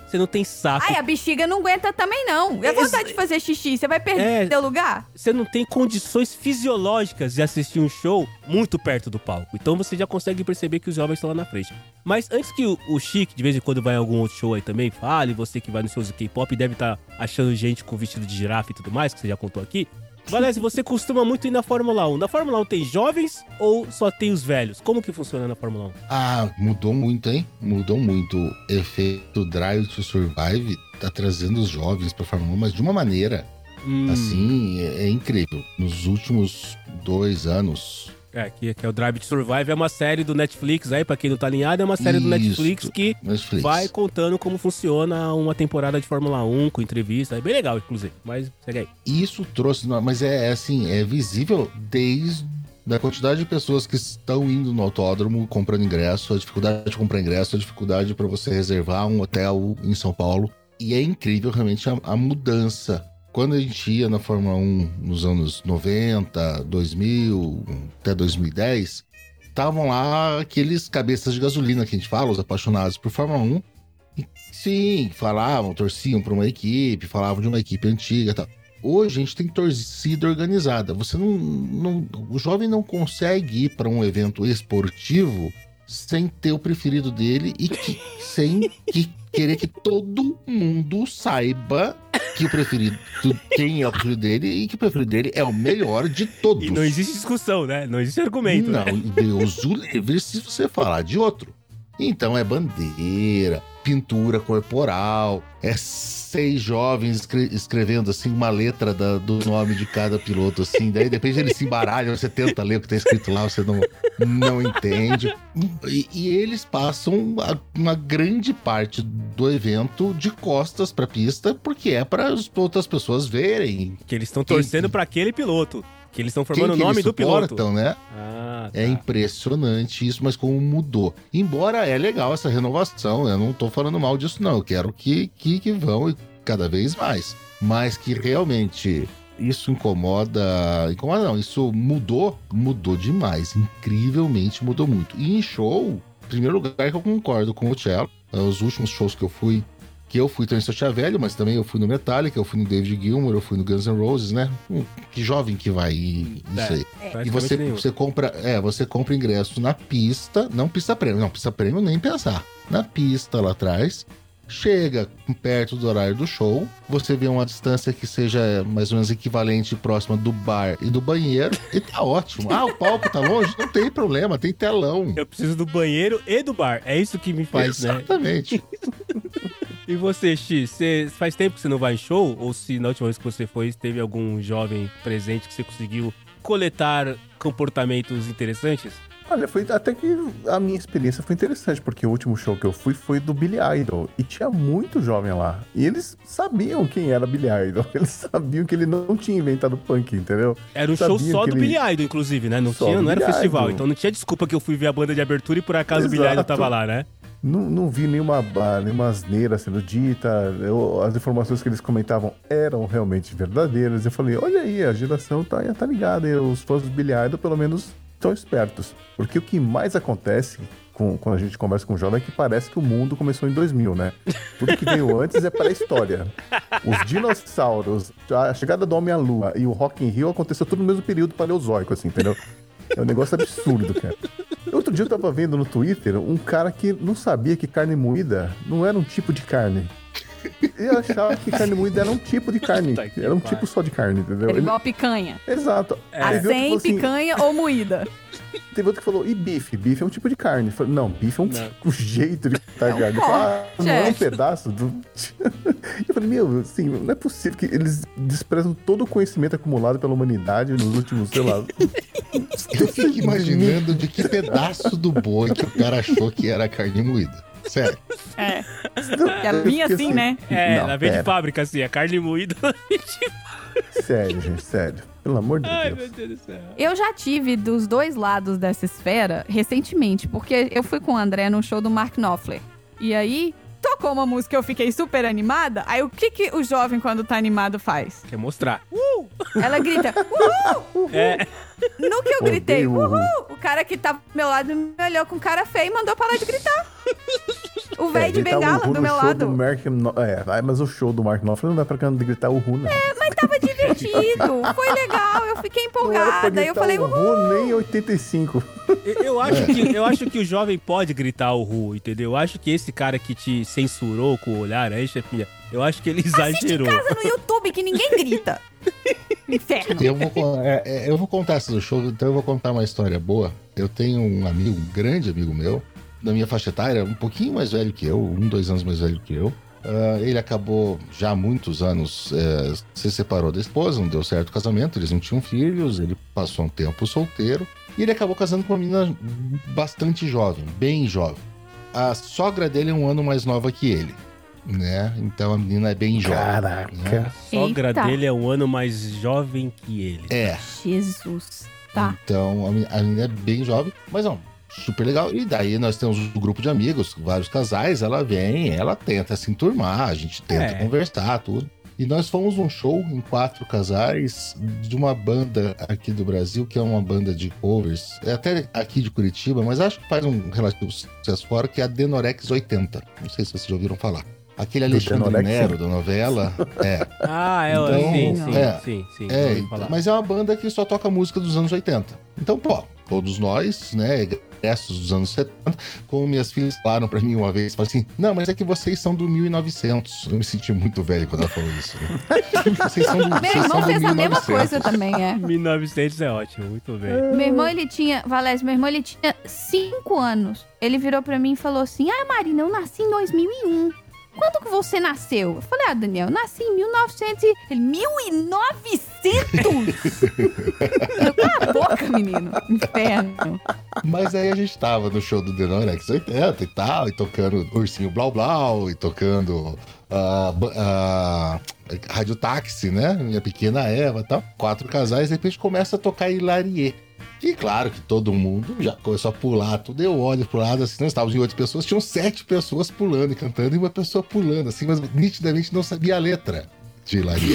Você não tem saco. Ai, a bexiga não aguenta também, não. É vontade de fazer xixi, você vai perder seu lugar? Você não tem condições fisiológicas de assistir um show muito perto do palco. Então você já consegue perceber que os jovens estão lá na frente. Mas antes que o Chique, de vez em quando vai em algum outro show aí também, fale, você que vai nos shows do K-pop deve estar achando gente com vestido de girafa e tudo mais, que você já contou aqui. Valese, você costuma muito ir na Fórmula 1. Na Fórmula 1 tem jovens ou só tem os velhos? Como que funciona na Fórmula 1? Ah, mudou muito, hein? Mudou muito. O efeito Drive to Survive tá trazendo os jovens pra Fórmula 1, mas de uma maneira, assim, é incrível. Nos últimos 2 anos... que é o Drive to Survive, é uma série do Netflix aí, pra quem não tá alinhado, é uma série do Netflix que vai contando como funciona uma temporada de Fórmula 1, com entrevista, é bem legal, inclusive, mas segue aí. Isso trouxe, mas é assim, é visível desde a quantidade de pessoas que estão indo no autódromo, comprando ingresso, a dificuldade de comprar ingresso, a dificuldade para você reservar um hotel em São Paulo, e é incrível realmente a mudança. Quando a gente ia na Fórmula 1 nos anos 90, 2000, até 2010, estavam lá aqueles cabeças de gasolina que a gente fala, os apaixonados por Fórmula 1. E, sim, falavam, torciam para uma equipe, falavam de uma equipe antiga e tal. Hoje a gente tem torcida organizada. Você o jovem não consegue ir para um evento esportivo sem ter o preferido dele e sem querer que todo mundo saiba que o preferido, quem é o preferido dele e que o preferido dele é o melhor de todos. E não existe discussão, né? Não existe argumento. Não, né? Deus o livre se você falar de outro. Então é bandeira, pintura corporal, é 6 jovens escrevendo assim uma letra do nome de cada piloto, assim. Daí depende eles se embaralham, você tenta ler o que tá escrito lá, você não entende. E eles passam uma grande parte do evento de costas pra pista, porque é para as outras pessoas verem. Que eles estão torcendo pra aquele piloto. Que eles estão formando o nome do piloto. Né? Tá. É impressionante isso, mas como mudou. Embora é legal essa renovação, eu não tô falando mal disso não, eu quero que vão cada vez mais. Mas que realmente isso incomoda não, isso mudou demais, incrivelmente mudou muito. E em show, em primeiro lugar que eu concordo com o Cello, os últimos shows que eu fui também só tinha velho, mas também eu fui no Metallica, eu fui no David Gilmour, eu fui no Guns N' Roses, né? Que jovem que vai isso aí. E você compra ingresso na pista, não pista prêmio nem pensar. Na pista lá atrás, chega perto do horário do show, você vê uma distância que seja mais ou menos equivalente próxima do bar e do banheiro, e tá ótimo. O palco tá longe? Não tem problema, tem telão. Eu preciso do banheiro e do bar, é isso que me faz, Exatamente. E você, X, faz tempo que você não vai em show? Ou se na última vez que você foi, teve algum jovem presente que você conseguiu coletar comportamentos interessantes? Olha, foi até que a minha experiência foi interessante, porque o último show que eu fui foi do Billy Idol, e tinha muito jovem lá. E eles sabiam quem era Billy Idol, eles sabiam que ele não tinha inventado punk, entendeu? Era um show só do Billy Idol, inclusive, né? Não era festival, então não tinha desculpa que eu fui ver a banda de abertura e por acaso o Billy Idol tava lá, né? Não vi nenhuma asneira sendo dita, as informações que eles comentavam eram realmente verdadeiras. Eu falei, olha aí, a geração tá ligada, e os fãs do Billy Idol pelo menos estão espertos. Porque o que mais acontece quando a gente conversa com o jovem é que parece que o mundo começou em 2000, né? Tudo que veio antes é pré-história. Os dinossauros, a chegada do homem à lua e o Rock in Rio aconteceu tudo no mesmo período paleozoico, assim, entendeu? É um negócio absurdo, cara. Outro dia eu tava vendo no Twitter um cara que não sabia que carne moída não era um tipo de carne. Eu achava que carne moída era um tipo de carne. Era um tipo só de carne, entendeu? Era igual picanha. Exato. Sem picanha ou moída. Teve outro que falou, e bife? Bife é um tipo de carne. Eu falei, não, bife é um jeito de cortar carne. Eu falei, não é um pedaço do... Eu falei, assim, não é possível que eles desprezam todo o conhecimento acumulado pela humanidade nos últimos, sei lá... Eu fico imaginando de que pedaço do boi que o cara achou que era carne moída. Sério. Ela vinha assim, né? Ela veio de fábrica, assim, a carne moída. Sério, gente, sério. Pelo amor de Deus. Ai, meu Deus do céu. Eu já tive dos dois lados dessa esfera recentemente, porque eu fui com o André num show do Mark Knopfler. E aí, tocou uma música e eu fiquei super animada. Aí, o que o jovem, quando tá animado, faz? Quer mostrar. Ela grita, uhul! No que eu gritei, uhul! O cara que tava do meu lado me olhou com cara feia e mandou parar de gritar. O velho de bengala do meu lado. Mas o show do Mark Knopfler não dá pra gritar o Ru, não. Mas tava divertido. Foi legal, eu fiquei empolgada. Eu falei, Ru nem 85. Eu acho que o jovem pode gritar o Ru, entendeu? Eu acho que esse cara que te censurou com o olhar aí, chefinha, eu acho que ele exagerou. Assiste em casa no YouTube que ninguém grita. Inferno. Eu vou contar essa do show, então eu vou contar uma história boa. Eu tenho um amigo, um grande amigo meu, da minha faixa etária, um pouquinho mais velho que eu, 2 anos mais velho que eu. Ele acabou já há muitos anos se separou da esposa, não deu certo o casamento, eles não tinham filhos, ele passou um tempo solteiro e ele acabou casando com uma menina bastante jovem, bem jovem. A sogra dele é 1 ano mais nova que ele, né? Então a menina é bem jovem. Caraca. Né? A sogra dele é 1 ano mais jovem que ele. Jesus. Tá. Então a menina é bem jovem, mas não, super legal. E daí nós temos um grupo de amigos, vários casais, ela vem, ela tenta se enturmar, a gente tenta conversar, tudo. E nós fomos num show em 4 casais de uma banda aqui do Brasil, que é uma banda de covers, é até aqui de Curitiba, mas acho que faz um relativo sucesso fora, que é a Denorex 80. Não sei se vocês já ouviram falar. Aquele Alexandre Nero da novela. Sim. Mas é uma banda que só toca música dos anos 80. Então, todos nós, né, egressos dos anos 70, como minhas filhas falaram pra mim uma vez, falaram assim, não, mas é que vocês são do 1900. Eu me senti muito velho quando ela falou isso. Né? Vocês são do, meu irmão fez a mesma coisa também, 1900 é ótimo, muito bem. Meu irmão, ele tinha 5 anos. Ele virou pra mim e falou assim, Marina, eu nasci em 2001. Quando que você nasceu? Eu falei, Daniel, eu nasci em 1900 e... Ele, 1900? Cala a boca, menino. Inferno. Mas aí a gente tava no show do Denorex 80 e tal, e tocando Ursinho Blau Blau, e tocando Rádio Táxi, né? Minha Pequena Eva e tal. 4 casais, de repente começa a tocar Hilarie. E claro que todo mundo já começou a pular, tudo. Eu olho pro lado, assim, nós estávamos em 8 pessoas, tinham 7 pessoas pulando e cantando, e uma pessoa pulando, assim, mas nitidamente não sabia a letra de Hilarie.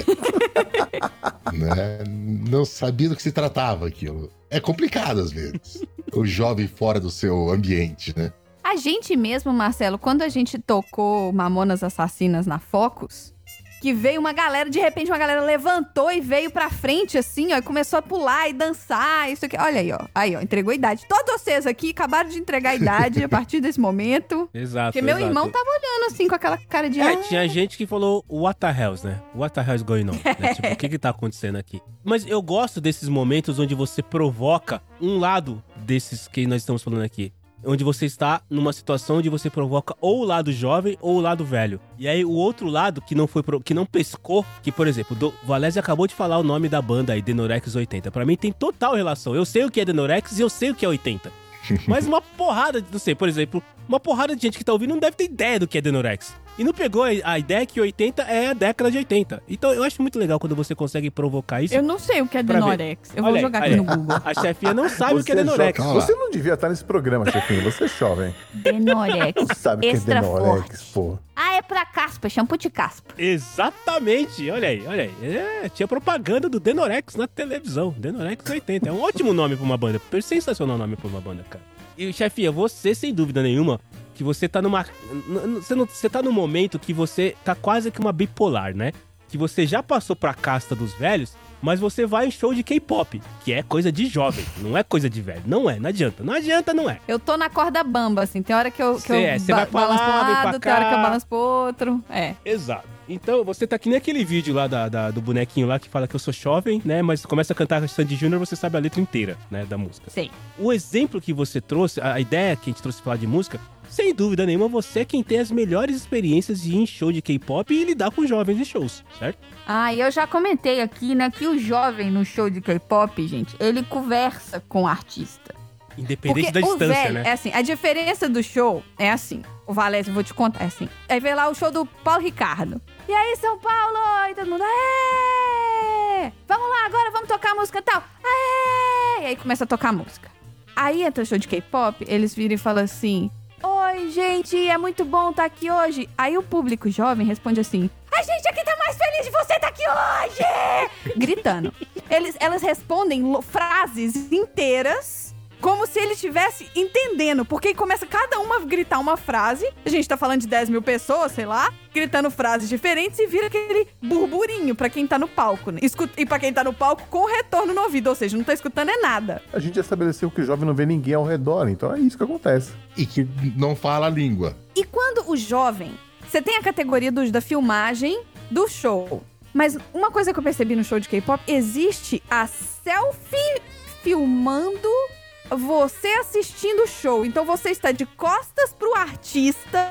Né? Não sabia do que se tratava aquilo. É complicado, às vezes. O jovem fora do seu ambiente, né? A gente mesmo, Marcelo, quando a gente tocou Mamonas Assassinas na Focus... Que veio uma galera, de repente uma galera levantou e veio pra frente, assim, ó, e começou a pular e dançar, isso aqui. Olha aí, ó, entregou a idade. Todos vocês aqui acabaram de entregar a idade a partir desse momento. Exato, porque meu irmão tava olhando, assim, com aquela cara de... Tinha gente que falou, what the hell, né? What the hell is going on? Né? Tipo, o que tá acontecendo aqui? Mas eu gosto desses momentos onde você provoca um lado desses que nós estamos falando aqui. Onde você está numa situação onde você provoca ou o lado jovem ou o lado velho. E aí o outro lado que não pescou, que por exemplo, o Valézio acabou de falar o nome da banda aí, Denorex 80. Pra mim tem total relação. Eu sei o que é Denorex e eu sei o que é 80. Mas uma porrada, não sei, por exemplo, uma porrada de gente que tá ouvindo não deve ter ideia do que é Denorex. E não pegou a ideia que 80 é a década de 80. Então eu acho muito legal quando você consegue provocar isso. Eu não sei o que é Denorex. Eu vou jogar aqui no Google. A chefinha não sabe o que é Denorex. Você não devia estar nesse programa, chefinha. Você é jovem. Denorex. Não sabe o que é Denorex, pô. É pra caspa, shampoo de caspa. Exatamente, olha aí. Tinha propaganda do Denorex na televisão. Denorex 80. É um ótimo nome pra uma banda. Sensacional nome pra uma banda, cara. E, chefinha, você, sem dúvida nenhuma, que você tá você tá num momento que você tá quase que uma bipolar, né? Que você já passou pra casta dos velhos, mas você vai em show de K-pop, que é coisa de jovem, não é coisa de velho. Não adianta, não é. Eu tô na corda bamba, assim, tem hora que eu vai pra balanço lá, pro vem pra lado, tem cá. hora que eu balanço pro outro, Exato. Então, você tá que nem aquele vídeo lá do bonequinho lá que fala que eu sou jovem, né? Mas começa a cantar Sandy Júnior, você sabe a letra inteira, né? Da música. Sei. O exemplo que você trouxe, a ideia que a gente trouxe pra falar de música, sem dúvida nenhuma, você é quem tem as melhores experiências de ir em show de K-pop e lidar com jovens em shows, certo? E eu já comentei aqui, né, que o jovem no show de K-pop, gente, ele conversa com o artista. Independente Porque da distância, velho, né? É assim, a diferença do show é assim. O Valézio, eu vou te contar, é assim. Aí vem lá o show do Paulo Ricardo. E aí, São Paulo, e todo mundo, aê! Vamos lá, agora vamos tocar a música tal. Aê! E aí começa a tocar a música. Aí entra o show de K-pop, eles viram e falam assim, oi, gente, é muito bom estar aqui hoje. Aí o público jovem responde assim, a gente aqui tá mais feliz de você estar aqui hoje! Gritando. Elas respondem frases inteiras como se ele estivesse entendendo, porque começa cada uma a gritar uma frase, a gente tá falando de 10 mil pessoas, sei lá, gritando frases diferentes e vira aquele burburinho pra quem tá no palco, né? E pra quem tá no palco com retorno no ouvido, ou seja, não tá escutando é nada. A gente já estabeleceu que o jovem não vê ninguém ao redor, então é isso que acontece. E que não fala a língua. E quando o jovem, você tem a categoria da filmagem do show, mas uma coisa que eu percebi no show de K-pop, existe a selfie filmando você assistindo o show. Então você está de costas pro artista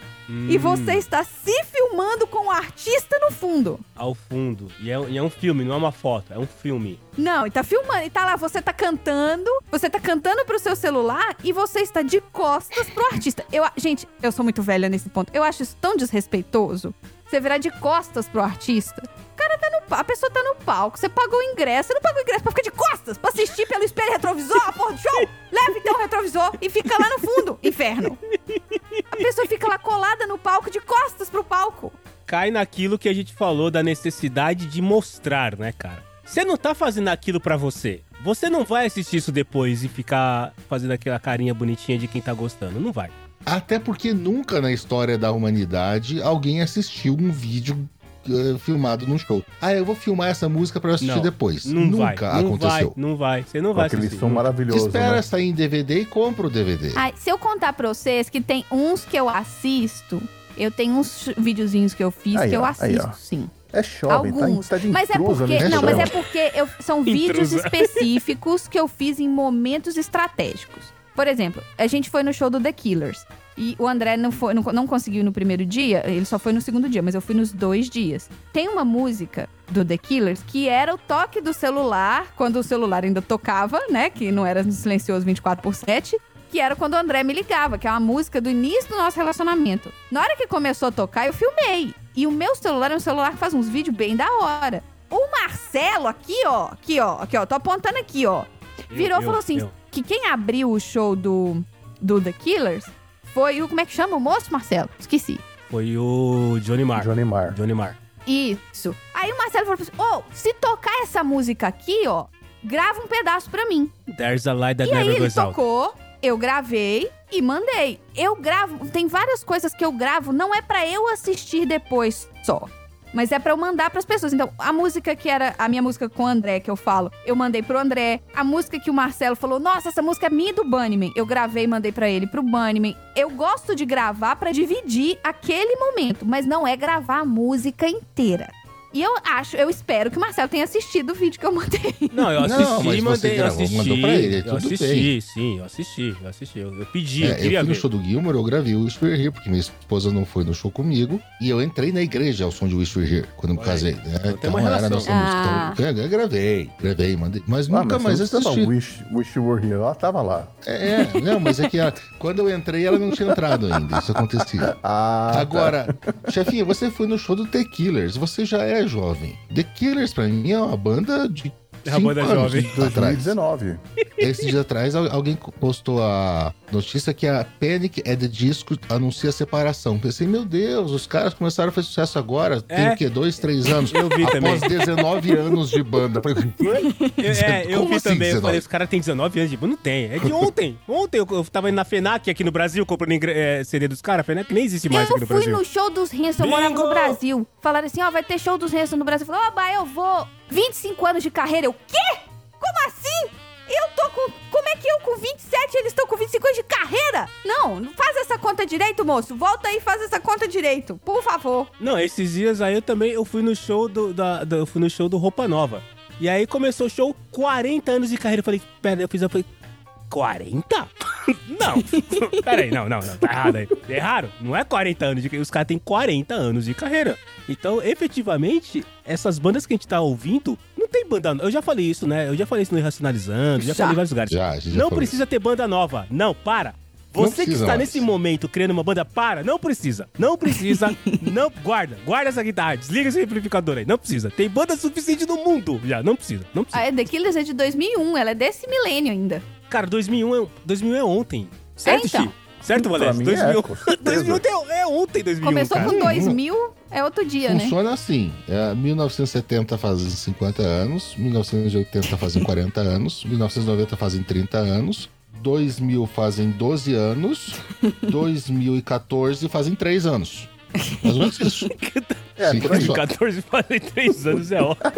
e você está se filmando com o artista no fundo. Ao fundo. E é um filme, não é uma foto, é um filme. Não, e tá filmando, e tá lá, você tá cantando pro seu celular e você está de costas pro artista. Gente, eu sou muito velha nesse ponto. Eu acho isso tão desrespeitoso. Você virar de costas pro artista. O cara tá a pessoa tá no palco, você pagou o ingresso. Você não pagou o ingresso pra ficar de costas, pra assistir pelo espelho retrovisor, a porra do show. Leva então o retrovisor e fica lá no fundo, inferno. A pessoa fica lá colada no palco, de costas pro palco. Cai naquilo que a gente falou da necessidade de mostrar, né, cara? Você não tá fazendo aquilo pra você. Você não vai assistir isso depois e ficar fazendo aquela carinha bonitinha de quem tá gostando. Não vai. Até porque nunca na história da humanidade alguém assistiu um vídeo filmado num show. Eu vou filmar essa música pra eu assistir depois. Nunca aconteceu. Não vai. Você não vai assistir. Aqueles são maravilhosos, Espera né? sair em DVD e compra o DVD. Se eu contar pra vocês que tem uns que eu assisto, eu tenho uns videozinhos que eu fiz que eu assisto, sim. É jovem, alguns. Tá de mas intrusa, mas é porque são vídeos específicos que eu fiz em momentos estratégicos. Por exemplo, a gente foi no show do The Killers. E o André não conseguiu ir no primeiro dia, ele só foi no segundo dia, mas eu fui nos 2 dias. Tem uma música do The Killers que era o toque do celular, quando o celular ainda tocava, né? Que não era silencioso 24/7. Que era quando o André me ligava, que é uma música do início do nosso relacionamento. Na hora que começou a tocar, eu filmei. E o meu celular é um celular que faz uns vídeos bem da hora. O Marcelo, aqui, ó, tô apontando aqui, ó. Virou e falou assim, que quem abriu o show do The Killers foi o... Como é que chama o moço, Marcelo? Esqueci. Foi o Johnny Marr. Isso. Aí o Marcelo falou assim, se tocar essa música aqui, ó, grava um pedaço pra mim. There's a light that e never aí goes out. Ele tocou, eu gravei e mandei. Eu gravo, tem várias coisas que eu gravo, não é pra eu assistir depois só. Mas é pra eu mandar pras pessoas. Então, a música que era a minha música com o André, que eu falo, eu mandei pro André. A música que o Marcelo falou, nossa, essa música é minha e do Bunnyman. Eu gravei e mandei pra ele, pro Bunnyman. Eu gosto de gravar pra dividir aquele momento, mas não é gravar a música inteira. E eu espero que o Marcelo tenha assistido o vídeo que eu mandei. Não, eu assisti e mandei. Mandou pra ele, tudo bem. Sim, eu assisti. Eu pedi, eu queria eu fui ver. no show do Gilmour, eu gravei o Wish We're Here, porque minha esposa não foi no show comigo. E eu entrei na igreja ao som de Wish We're Here, quando eu me casei. Tem uma relação. Era a nossa música. Então, eu gravei, mandei. Mas nunca mais assisti. Wish We're Here, ela tava lá. Não, mas é que quando eu entrei, ela não tinha entrado ainda. Isso acontecia. Agora, chefinha, você foi no show do The Killers, você já é jovem. The Killers, pra mim, é uma banda de 5 anos jovem. 2019. Esses dias atrás, alguém postou a notícia que a Panic! At the Disco anuncia a separação. Pensei, meu Deus, os caras começaram a fazer sucesso agora. Tem o quê? 2, 3 anos? Eu vi após também. 19 anos de banda. Eu vi também. Eu falei, os caras têm 19 anos de banda? Não tem. É de ontem. Ontem eu tava indo na FENAC aqui no Brasil, comprando CD dos caras. A FENAC nem existe mais aqui no Brasil. Eu fui no show dos Hanson, eu morava no Brasil. Falaram assim, vai ter show dos Hanson no Brasil. Eu falei, eu vou. 25 anos de carreira. Eu, quê? Como assim? Como é que eu com 27 eles estão com 25 anos de carreira? Não faz essa conta direito, moço. Volta aí e faz essa conta direito, por favor. Não, esses dias aí eu fui no show eu fui no show do Roupa Nova. E aí começou o show, 40 anos de carreira. Eu falei, eu falei, 40? Não. Peraí, não, tá errado aí. Erraram. Não é 40 anos de carreira. Os caras têm 40 anos de carreira. Então, efetivamente, essas bandas que a gente tá ouvindo, não tem banda nova. Eu já falei isso, né? Eu já falei isso no Irracionalizando, já falei em vários lugares. Não precisa ter banda nova. Não, para. Você que está nesse momento criando uma banda, não precisa. Não, guarda essa guitarra, desliga esse amplificador aí, não precisa. Tem banda suficiente no mundo já, não precisa. A The Killers é de 2001, ela é desse milênio ainda. Cara, 2001 é ontem, certo, então. Chi? Certo, Valécio? 2001 é ontem, 2001, começou cara. Com 2000, é outro dia, né? Funciona assim, 1970 fazem 50 anos, 1980 fazem 40 anos, 1990 fazem 30 anos, 2000 fazem 12 anos, 2014 fazem 3 anos. Mais ou menos isso. Sim, por aí. 14 fazem 3 anos, é ótimo.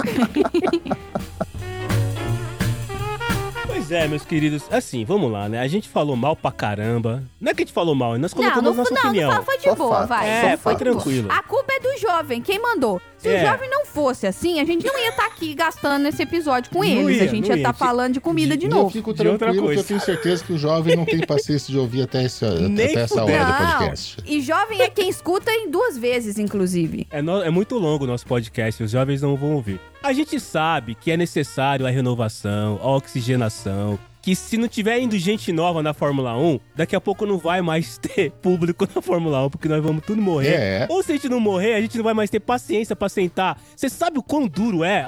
Pois é, meus queridos, assim, vamos lá, né? A gente falou mal pra caramba. Não é que a gente falou mal, nós colocamos nossa opinião. Não, foi de Só boa, fato. vai. É, Só foi de tranquilo. boa. A culpa é do jovem, quem mandou? Se o jovem não fosse assim, a gente não ia estar aqui gastando esse episódio com Não eles. ia, A gente não ia estar ia. falando de comida de Eu novo. fico De outra tranquilo, coisa. que eu tenho certeza que o jovem não tem paciência de ouvir até essa fudendo. hora do Não, podcast. e jovem é quem escuta em 2 vezes, inclusive. É muito longo o nosso podcast, os jovens não vão ouvir. A gente sabe que é necessário a renovação, a oxigenação, que se não tiver indo gente nova na Fórmula 1, daqui a pouco não vai mais ter público na Fórmula 1, porque nós vamos tudo morrer. É. Ou se a gente não morrer, a gente não vai mais ter paciência pra sentar. Você sabe o quão duro é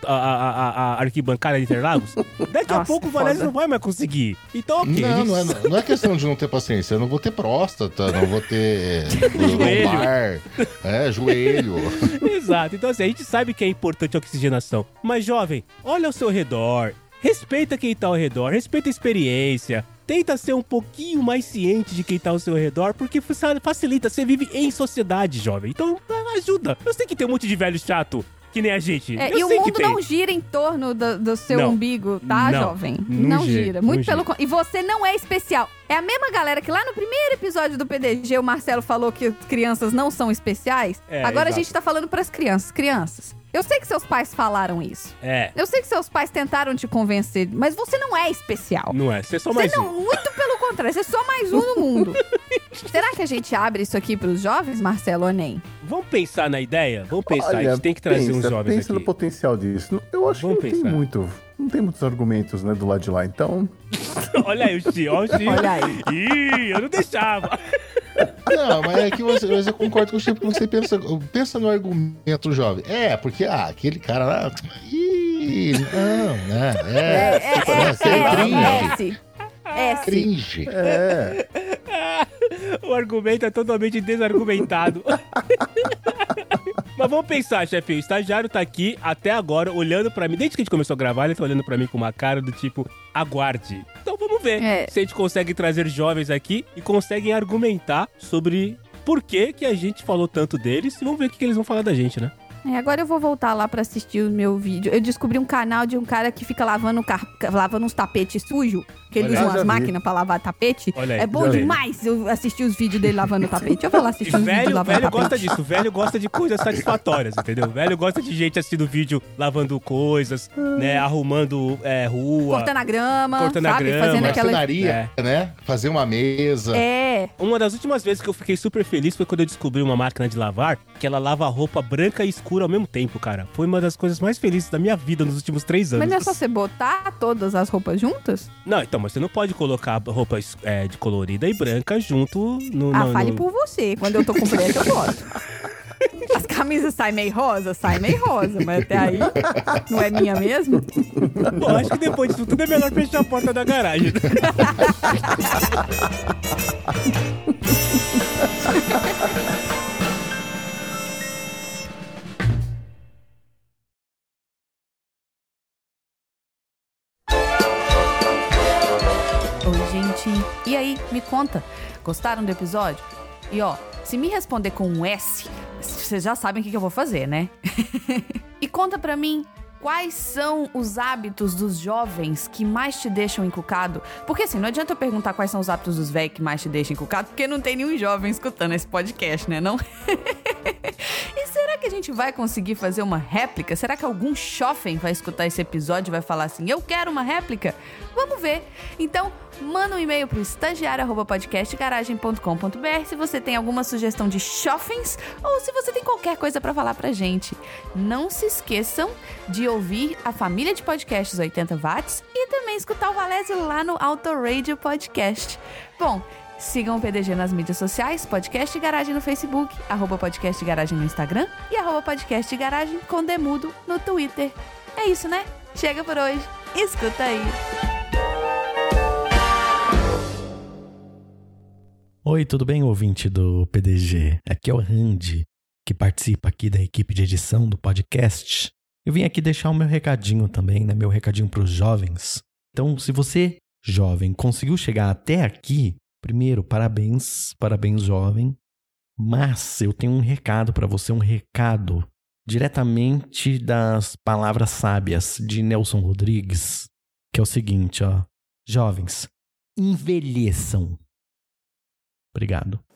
a arquibancada de Interlagos? Daqui a Nossa, pouco o Vanessa foda. não vai mais conseguir. Então, ok. Não é questão de não ter paciência. Eu não vou ter próstata, não vou ter Joelho. lombar, joelho. Exato. Então, assim, a gente sabe que é importante a oxigenação. Mas, jovem, olha ao seu redor. Respeita quem tá ao redor, respeita a experiência. Tenta ser um pouquinho mais ciente de quem tá ao seu redor, porque facilita. Você vive em sociedade, jovem. Então, ajuda. Eu sei que tem um monte de velho chato, que nem a gente. É, Eu e o sei que mundo tem. não gira em torno do seu Não. umbigo, tá, Não. jovem? Não Não gira, gira. não Muito gira. pelo contrário. E você não é especial. É a mesma galera que lá no primeiro episódio do PDG o Marcelo falou que crianças não são especiais. É, Agora exato. a gente tá falando pras crianças. Crianças, eu sei que seus pais falaram isso. É, Eu sei que seus pais tentaram te convencer, mas você não é especial. não é. Você é só Você mais não, um. muito pelo contrário, você é só mais um no mundo. Será que a gente abre isso aqui pros jovens, Marcelo, ou nem? Vamos pensar na ideia? Vamos pensar. Olha, a gente tem que trazer uns jovens pensa no aqui. potencial disso. Eu acho Vamos que não pensar. tem muito. Não tem muitos argumentos, né, do lado de lá. Então, Olha aí o Chi, olha o Chi. Olha aí. Ih, eu não deixava. Não, mas é que mas eu concordo com você, porque você pensa no argumento jovem. Porque aquele cara lá. Ih, não, né? Cringe. O argumento é totalmente desargumentado. Mas vamos pensar, chefinho. O estagiário tá aqui até agora, olhando pra mim. Desde que a gente começou a gravar, ele tá olhando pra mim com uma cara do tipo, aguarde. Então vamos ver se a gente consegue trazer jovens aqui e conseguem argumentar sobre por que a gente falou tanto deles. E vamos ver o que eles vão falar da gente, né? Agora eu vou voltar lá pra assistir o meu vídeo. Eu descobri um canal de um cara que fica lavando uns tapetes sujos. Que ele Olha, usa já umas vi. máquinas pra lavar tapete. Olha aí, É bom já vi. demais eu assistir os vídeos dele lavando tapete. Eu vou lá E assistir os vídeos velho lavando tapete. gosta disso, o velho gosta de coisas satisfatórias, entendeu? O velho gosta de gente assistindo vídeo lavando coisas, né? Arrumando rua. Cortando a grama, Cortando a sabe? grama, Fazendo aquela... Marcenaria, né? Fazer uma mesa. Uma das últimas vezes que eu fiquei super feliz foi quando eu descobri uma máquina de lavar que ela lava a roupa branca e escura ao mesmo tempo, cara. Foi uma das coisas mais felizes da minha vida nos últimos 3 anos. Mas não é só você botar todas as roupas juntas? Não, então, mas você não pode colocar roupa de colorida e branca junto no... Fale por você. Quando eu tô com pressa, eu boto. As camisas saem meio rosa, mas até aí não é minha mesmo? Bom, acho que depois disso tudo é melhor fechar a porta da garagem. Oi, gente. E aí, me conta. Gostaram do episódio? E ó, se me responder com um S, vocês já sabem o que eu vou fazer, né? E conta pra mim, quais são os hábitos dos jovens que mais te deixam encucado? Porque assim, não adianta eu perguntar quais são os hábitos dos velhos que mais te deixam encucado, porque não tem nenhum jovem escutando esse podcast, né, não? E será que a gente vai conseguir fazer uma réplica? Será que algum jovem vai escutar esse episódio e vai falar assim, eu quero uma réplica? Vamos ver. Então, manda um e-mail pro estagiário@podcastgaragem.com.br se você tem alguma sugestão de jovens ou se você tem qualquer coisa pra falar pra gente. Não se esqueçam de ouvir a família de podcasts 80 watts e também escutar o Valese lá no Autoradio Podcast. Bom, sigam o PDG nas mídias sociais, Podcast Garagem no Facebook, @Podcast Garagem no Instagram e @Podcast Garagem com Demudo no Twitter. É isso, né? Chega por hoje. Escuta aí. Oi, tudo bem, ouvinte do PDG? Aqui é o Randy, que participa aqui da equipe de edição do podcast. Eu vim aqui deixar o meu recadinho também, né? Meu recadinho para os jovens. Então, se você jovem, conseguiu chegar até aqui, primeiro, parabéns, jovem. Mas eu tenho um recado para você, um recado diretamente das palavras sábias de Nelson Rodrigues, que é o seguinte, ó. Jovens, envelheçam. Obrigado.